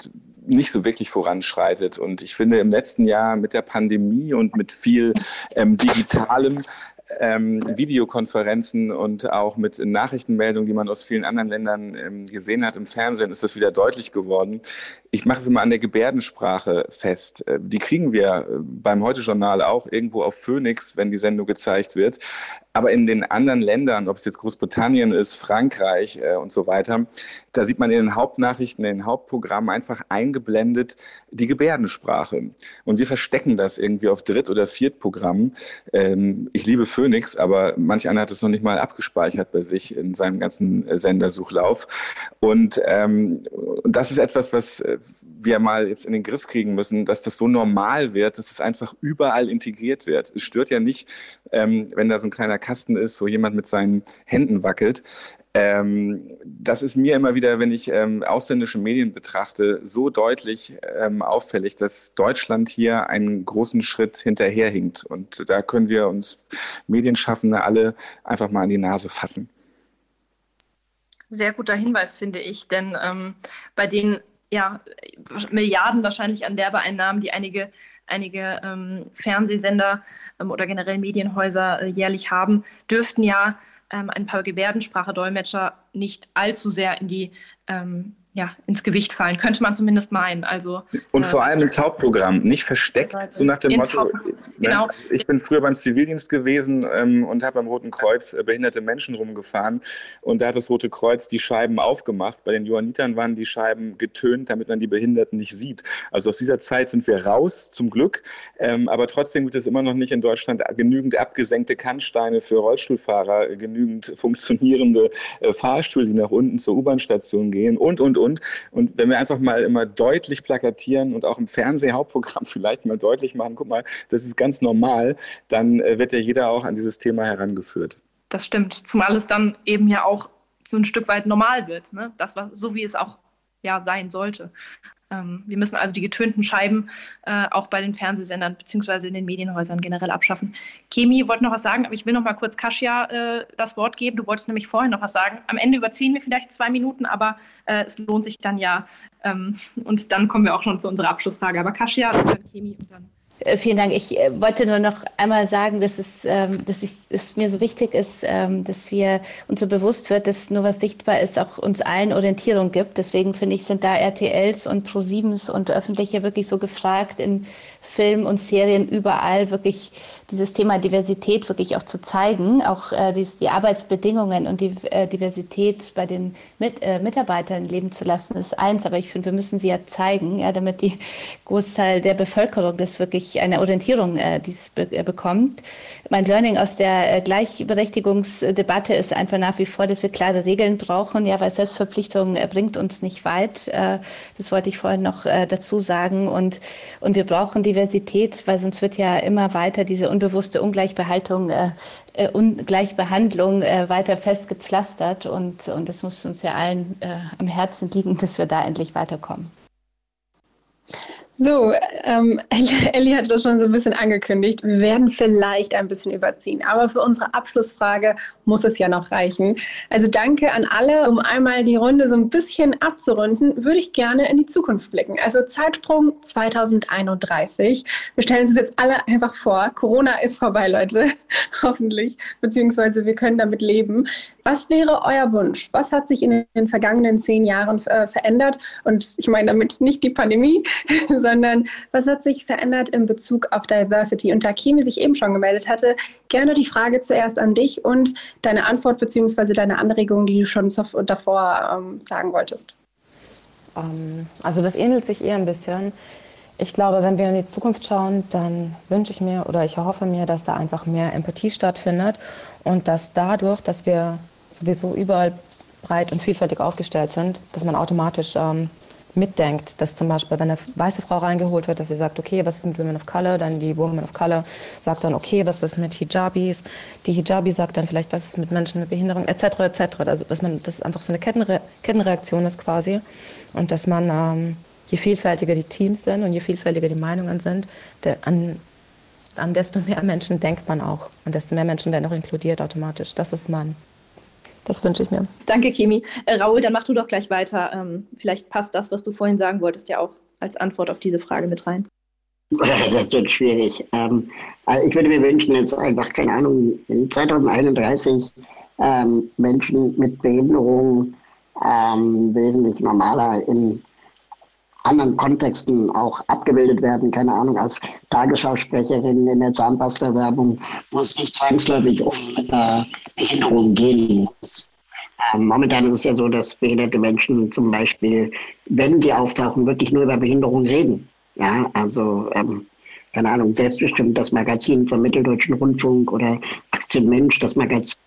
nicht so wirklich voranschreitet. Und ich finde, im letzten Jahr mit der Pandemie und mit viel ähm, Digitalem, Ähm, Videokonferenzen und auch mit Nachrichtenmeldungen, die man aus vielen anderen Ländern ähm, gesehen hat im Fernsehen, ist das wieder deutlich geworden. Ich mache es immer an der Gebärdensprache fest. Äh, die kriegen wir äh, beim Heute-Journal auch irgendwo auf Phoenix, wenn die Sendung gezeigt wird. Aber in den anderen Ländern, ob es jetzt Großbritannien ist, Frankreich äh, und so weiter, da sieht man in den Hauptnachrichten, in den Hauptprogrammen einfach eingeblendet die Gebärdensprache. Und wir verstecken das irgendwie auf Dritt- oder Viertprogrammen. Ähm, ich liebe Phoenix, aber manch einer hat es noch nicht mal abgespeichert bei sich in seinem ganzen äh, Sendersuchlauf. Und ähm, das ist etwas, was äh, wir mal jetzt in den Griff kriegen müssen, dass das so normal wird, dass es einfach überall integriert wird. Es stört ja nicht, ähm, wenn da so ein kleiner Kasten ist, wo jemand mit seinen Händen wackelt. Ähm, das ist mir immer wieder, wenn ich ähm, ausländische Medien betrachte, so deutlich ähm, auffällig, dass Deutschland hier einen großen Schritt hinterherhinkt. Und da können wir uns Medienschaffende alle einfach mal an die Nase fassen. Sehr guter Hinweis, finde ich, denn ähm, bei den ja, Milliarden wahrscheinlich an Werbeeinnahmen, die einige einige ähm, Fernsehsender ähm, oder generell Medienhäuser äh, jährlich haben, dürften ja ähm, ein paar Gebärdensprache-Dolmetscher nicht allzu sehr in die, ähm, ja, ins Gewicht fallen. Könnte man zumindest meinen. Also, und äh, vor allem ins Hauptprogramm, nicht versteckt, so nach dem Motto, Haupt- genau. ne? Ich bin früher beim Zivildienst gewesen ähm, und habe beim Roten Kreuz äh, behinderte Menschen rumgefahren und da hat das Rote Kreuz die Scheiben aufgemacht. Bei den Johannitern waren die Scheiben getönt, damit man die Behinderten nicht sieht. Also aus dieser Zeit sind wir raus, zum Glück, ähm, aber trotzdem gibt es immer noch nicht in Deutschland genügend abgesenkte Kannsteine für Rollstuhlfahrer, äh, genügend funktionierende äh, Fahrstühle, die nach unten zur U-Bahn-Station gehen und, und, und. Und wenn wir einfach mal immer deutlich plakatieren und auch im Fernsehhauptprogramm vielleicht mal deutlich machen, guck mal, das ist ganz normal, dann äh, wird ja jeder auch an dieses Thema herangeführt. Das stimmt, zumal es dann eben ja auch so ein Stück weit normal wird, ne? Das war so, wie es auch ja sein sollte. Ähm, wir müssen also die getönten Scheiben äh, auch bei den Fernsehsendern beziehungsweise in den Medienhäusern generell abschaffen. Kemi wollte noch was sagen, aber ich will noch mal kurz Kasia äh, das Wort geben. Du wolltest nämlich vorhin noch was sagen. Am Ende überziehen wir vielleicht zwei Minuten, aber äh, es lohnt sich dann ja. Ähm, und dann kommen wir auch schon zu unserer Abschlussfrage. Aber Kasia, dann Kemi und dann... Vielen Dank. Ich äh, wollte nur noch einmal sagen, dass es, ähm, dass ich, es mir so wichtig ist, ähm, dass wir uns so bewusst wird, dass nur was sichtbar ist, auch uns allen Orientierung gibt. Deswegen finde ich, sind da R T Ls und ProSiebens und Öffentliche wirklich so gefragt, in Filmen und Serien überall wirklich dieses Thema Diversität wirklich auch zu zeigen, auch äh, die, die Arbeitsbedingungen und die äh, Diversität bei den Mit, äh, Mitarbeitern leben zu lassen, ist eins. Aber ich finde, wir müssen sie ja zeigen, ja, damit die Großteil der Bevölkerung das wirklich eine Orientierung äh, dies be äh, bekommt. Mein Learning aus der äh, Gleichberechtigungsdebatte ist einfach nach wie vor, dass wir klare Regeln brauchen, ja, weil Selbstverpflichtung äh, bringt uns nicht weit. Äh, das wollte ich vorhin noch äh, dazu sagen. Und, und wir brauchen Diversität, weil sonst wird ja immer weiter diese unbewusste Ungleichbehandlung, äh, äh, Ungleichbehandlung äh, weiter festgepflastert. Und, und das muss uns ja allen äh, am Herzen liegen, dass wir da endlich weiterkommen. So, ähm, Elli hat das schon so ein bisschen angekündigt. Wir werden vielleicht ein bisschen überziehen, aber für unsere Abschlussfrage muss es ja noch reichen. Also danke an alle. Um einmal die Runde so ein bisschen abzurunden, würde ich gerne in die Zukunft blicken. Also Zeitsprung zweitausendeinunddreißig. Wir stellen uns jetzt alle einfach vor, Corona ist vorbei, Leute, hoffentlich, beziehungsweise wir können damit leben. Was wäre euer Wunsch? Was hat sich in den vergangenen zehn Jahren äh, verändert? Und ich meine damit nicht die Pandemie, sondern was hat sich verändert in Bezug auf Diversity? Und da Kemi sich eben schon gemeldet hatte, gerne die Frage zuerst an dich und deine Antwort bzw. deine Anregung, die du schon davor ähm, sagen wolltest. Um, also das ähnelt sich eher ein bisschen. Ich glaube, wenn wir in die Zukunft schauen, dann wünsche ich mir oder ich hoffe mir, dass da einfach mehr Empathie stattfindet und dass dadurch, dass wir sowieso überall breit und vielfältig aufgestellt sind, dass man automatisch ähm, mitdenkt, dass zum Beispiel, wenn eine weiße Frau reingeholt wird, dass sie sagt, okay, was ist mit Women of Color? Dann die Women of Color sagt dann, okay, was ist mit Hijabis? Die Hijabi sagt dann vielleicht, was ist mit Menschen mit Behinderung, et cetera et cetera. Also, dass man, das einfach so eine Kettenre Kettenreaktion ist quasi und dass man, ähm, je vielfältiger die Teams sind und je vielfältiger die Meinungen sind, der, an, an desto mehr Menschen denkt man auch und desto mehr Menschen werden auch inkludiert automatisch. Das ist mein Das wünsche ich mir. Danke, Kemi. Äh, Raoul, dann mach du doch gleich weiter. Ähm, vielleicht passt das, was du vorhin sagen wolltest, ja auch als Antwort auf diese Frage mit rein? Das wird schwierig. Ähm, also ich würde mir wünschen, jetzt einfach, keine Ahnung, in zwanzig einunddreißig ähm, Menschen mit Behinderung ähm, wesentlich normaler in anderen Kontexten auch abgebildet werden, keine Ahnung, als Tagesschausprecherin in der Zahnpasta-Werbung, wo es nicht zwangsläufig um äh, Behinderung gehen muss. Ähm, momentan ist es ja so, dass behinderte Menschen zum Beispiel, wenn sie auftauchen, wirklich nur über Behinderung reden. Ja, also, ähm, keine Ahnung, selbstbestimmt das Magazin vom Mitteldeutschen Rundfunk oder Aktien Mensch, das Magazin,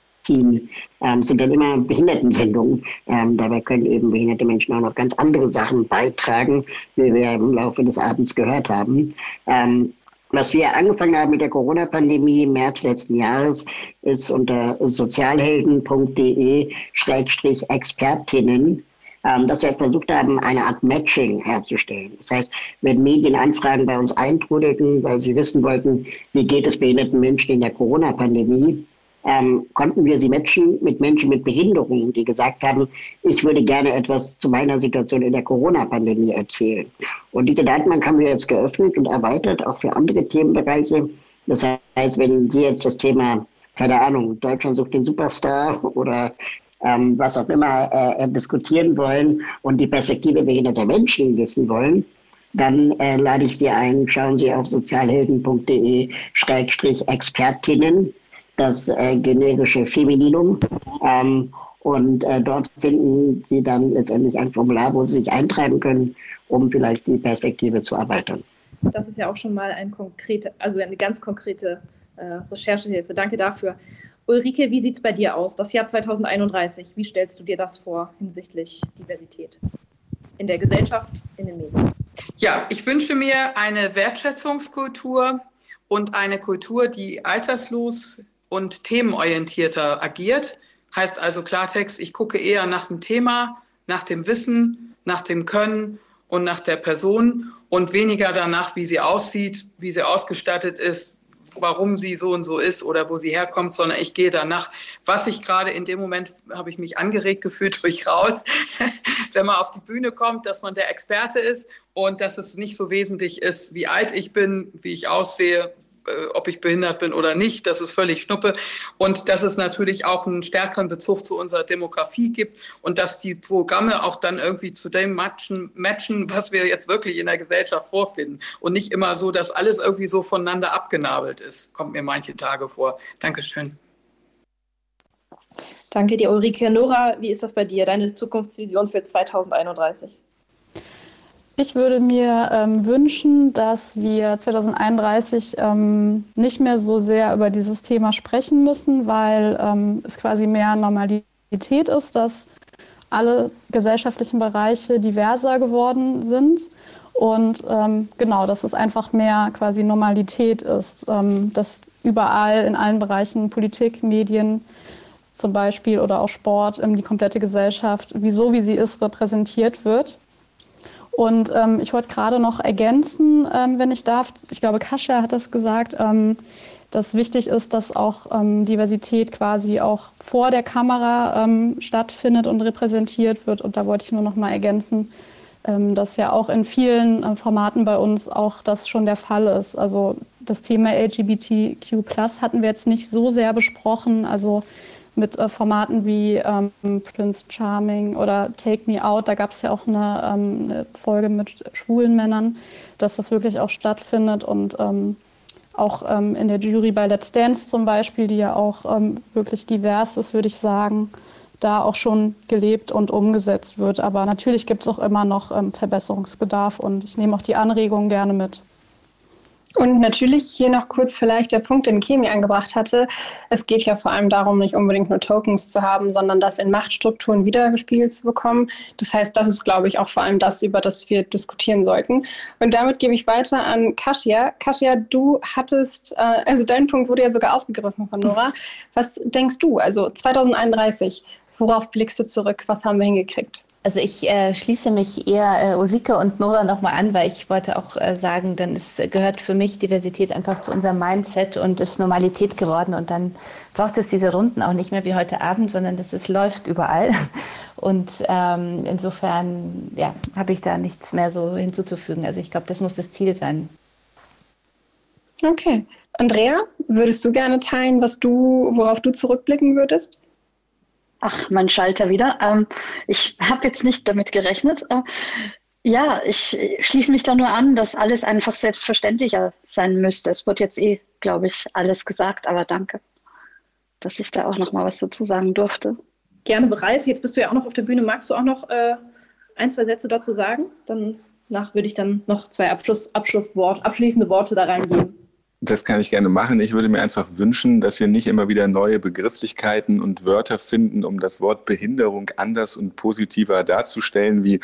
ähm, sind dann immer Behindertensendungen. Ähm, dabei können eben behinderte Menschen auch noch ganz andere Sachen beitragen, wie wir im Laufe des Abends gehört haben. Ähm, was wir angefangen haben mit der Corona-Pandemie im März letzten Jahres, ist unter sozialhelden punkt de Schrägstrich Expertinnen, ähm, dass wir versucht haben, eine Art Matching herzustellen. Das heißt, wenn Medienanfragen bei uns eintrudelten, weil sie wissen wollten, wie geht es behinderten Menschen in der Corona-Pandemie, ähm, konnten wir sie matchen mit Menschen mit Behinderungen, die gesagt haben, ich würde gerne etwas zu meiner Situation in der Corona-Pandemie erzählen. Und diese Datenbank haben wir jetzt geöffnet und erweitert, auch für andere Themenbereiche. Das heißt, wenn Sie jetzt das Thema, keine Ahnung, Deutschland sucht den Superstar oder ähm, was auch immer äh, diskutieren wollen und die Perspektive behinderter Menschen wissen wollen, dann äh, lade ich Sie ein, schauen Sie auf sozialhelden punkt de Schrägstrich Expertinnen, das äh, generische Femininum. Ähm, und äh, dort finden Sie dann letztendlich ein Formular, wo Sie sich eintragen können, um vielleicht die Perspektive zu erweitern. Das ist ja auch schon mal ein konkrete, also eine ganz konkrete äh, Recherchehilfe. Danke dafür. Ulrike, wie sieht es bei dir aus? Das Jahr zwanzig einunddreißig, wie stellst du dir das vor hinsichtlich Diversität in der Gesellschaft, in den Medien? Ja, ich wünsche mir eine Wertschätzungskultur und eine Kultur, die alterslos und themenorientierter agiert. Heißt also Klartext, ich gucke eher nach dem Thema, nach dem Wissen, nach dem Können und nach der Person und weniger danach, wie sie aussieht, wie sie ausgestattet ist, warum sie so und so ist oder wo sie herkommt, sondern ich gehe danach, was ich gerade in dem Moment, habe ich mich angeregt gefühlt durch Raul, wenn man auf die Bühne kommt, dass man der Experte ist und dass es nicht so wesentlich ist, wie alt ich bin, wie ich aussehe, ob ich behindert bin oder nicht, das ist völlig Schnuppe und dass es natürlich auch einen stärkeren Bezug zu unserer Demografie gibt und dass die Programme auch dann irgendwie zu dem matchen, matchen, was wir jetzt wirklich in der Gesellschaft vorfinden und nicht immer so, dass alles irgendwie so voneinander abgenabelt ist, kommt mir manche Tage vor. Dankeschön. Danke dir, Ulrike. Nora, wie ist das bei dir, deine Zukunftsvision für zwanzig einunddreißig? Ich würde mir ähm, wünschen, dass wir zwanzig einunddreißig ähm, nicht mehr so sehr über dieses Thema sprechen müssen, weil ähm, es quasi mehr Normalität ist, dass alle gesellschaftlichen Bereiche diverser geworden sind. Und ähm, genau, dass es einfach mehr quasi Normalität ist, ähm, dass überall in allen Bereichen Politik, Medien zum Beispiel oder auch Sport, ähm, die komplette Gesellschaft, wie so wie sie ist, repräsentiert wird. Und ähm, ich wollte gerade noch ergänzen, ähm, wenn ich darf, ich glaube, Kasia hat das gesagt, ähm, dass wichtig ist, dass auch ähm, Diversität quasi auch vor der Kamera ähm, stattfindet und repräsentiert wird. Und da wollte ich nur noch mal ergänzen, ähm, dass ja auch in vielen ähm, Formaten bei uns auch das schon der Fall ist. Also das Thema L G B T Q plus hatten wir jetzt nicht so sehr besprochen, also mit äh, Formaten wie ähm, Prince Charming oder Take Me Out, da gab es ja auch eine, ähm, eine Folge mit schwulen Männern, dass das wirklich auch stattfindet und ähm, auch ähm, in der Jury bei Let's Dance zum Beispiel, die ja auch ähm, wirklich divers ist, würde ich sagen, da auch schon gelebt und umgesetzt wird. Aber natürlich gibt es auch immer noch ähm, Verbesserungsbedarf und ich nehme auch die Anregungen gerne mit. Und natürlich hier noch kurz vielleicht der Punkt, den Kemi angebracht hatte. Es geht ja vor allem darum, nicht unbedingt nur Tokens zu haben, sondern das in Machtstrukturen wiedergespiegelt zu bekommen. Das heißt, das ist, glaube ich, auch vor allem das, über das wir diskutieren sollten. Und damit gebe ich weiter an Kasia. Kasia, du hattest, äh, also dein Punkt wurde ja sogar aufgegriffen von Nora. Was denkst du, also zwanzig einunddreißig, worauf blickst du zurück? Was haben wir hingekriegt? Also ich äh, schließe mich eher äh, Ulrike und Nora nochmal an, weil ich wollte auch äh, sagen, dann ist, gehört für mich Diversität einfach zu unserem Mindset und ist Normalität geworden und dann braucht es diese Runden auch nicht mehr wie heute Abend, sondern das ist, läuft überall. Und ähm, insofern ja, habe ich da nichts mehr so hinzuzufügen. Also ich glaube, das muss das Ziel sein. Okay. Andrea, würdest du gerne teilen, was du, worauf du zurückblicken würdest? Ach, mein Schalter wieder. Ähm, ich habe jetzt nicht damit gerechnet. Äh, ja, ich schließe mich da nur an, dass alles einfach selbstverständlicher sein müsste. Es wird jetzt eh, glaube ich, alles gesagt, aber danke, dass ich da auch noch mal was dazu sagen durfte. Gerne, Ralf, jetzt bist du ja auch noch auf der Bühne. Magst du auch noch äh, ein, zwei Sätze dazu sagen? Danach würde ich dann noch zwei Abschluss, Abschlusswort, abschließende Worte da reingeben. Das kann ich gerne machen. Ich würde mir einfach wünschen, dass wir nicht immer wieder neue Begrifflichkeiten und Wörter finden, um das Wort Behinderung anders und positiver darzustellen, wie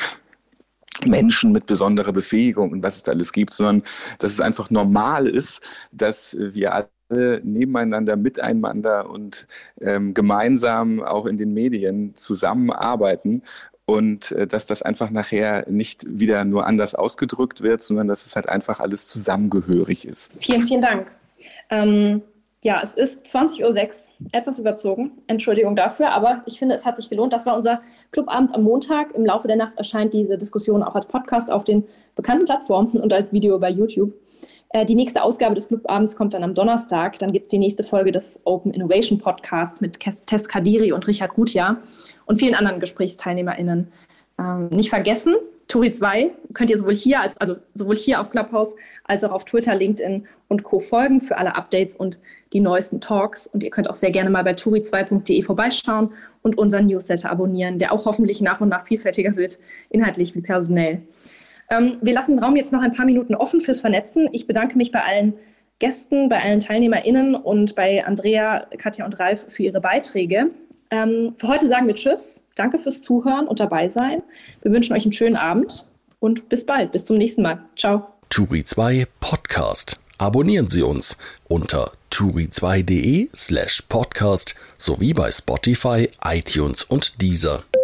Menschen mit besonderer Befähigung und was es da alles gibt, sondern dass es einfach normal ist, dass wir alle nebeneinander, miteinander und ähm, gemeinsam auch in den Medien zusammenarbeiten. Und äh, dass das einfach nachher nicht wieder nur anders ausgedrückt wird, sondern dass es halt einfach alles zusammengehörig ist. Vielen, vielen Dank. Ähm, ja, es ist zwanzig Uhr sechs, etwas überzogen. Entschuldigung dafür, aber ich finde, es hat sich gelohnt. Das war unser Clubabend am Montag. Im Laufe der Nacht erscheint diese Diskussion auch als Podcast auf den bekannten Plattformen und als Video bei YouTube. Äh, die nächste Ausgabe des Clubabends kommt dann am Donnerstag. Dann gibt es die nächste Folge des Open Innovation Podcasts mit Tess Kadiri und Richard Gutjahr und vielen anderen GesprächsteilnehmerInnen. Ähm, nicht vergessen, Turi zwei könnt ihr sowohl hier, als, also sowohl hier auf Clubhouse als auch auf Twitter, LinkedIn und Co. folgen für alle Updates und die neuesten Talks. Und ihr könnt auch sehr gerne mal bei turi zwei punkt de vorbeischauen und unseren Newsletter abonnieren, der auch hoffentlich nach und nach vielfältiger wird, inhaltlich wie personell. Ähm, wir lassen den Raum jetzt noch ein paar Minuten offen fürs Vernetzen. Ich bedanke mich bei allen Gästen, bei allen TeilnehmerInnen und bei Andrea, Katja und Ralf für ihre Beiträge. Ähm, für heute sagen wir Tschüss. Danke fürs Zuhören und dabei sein. Wir wünschen euch einen schönen Abend und bis bald. Bis zum nächsten Mal. Ciao. Turi zwei Podcast. Abonnieren Sie uns unter turi zwei punkt de slash podcast sowie bei Spotify, iTunes und Deezer.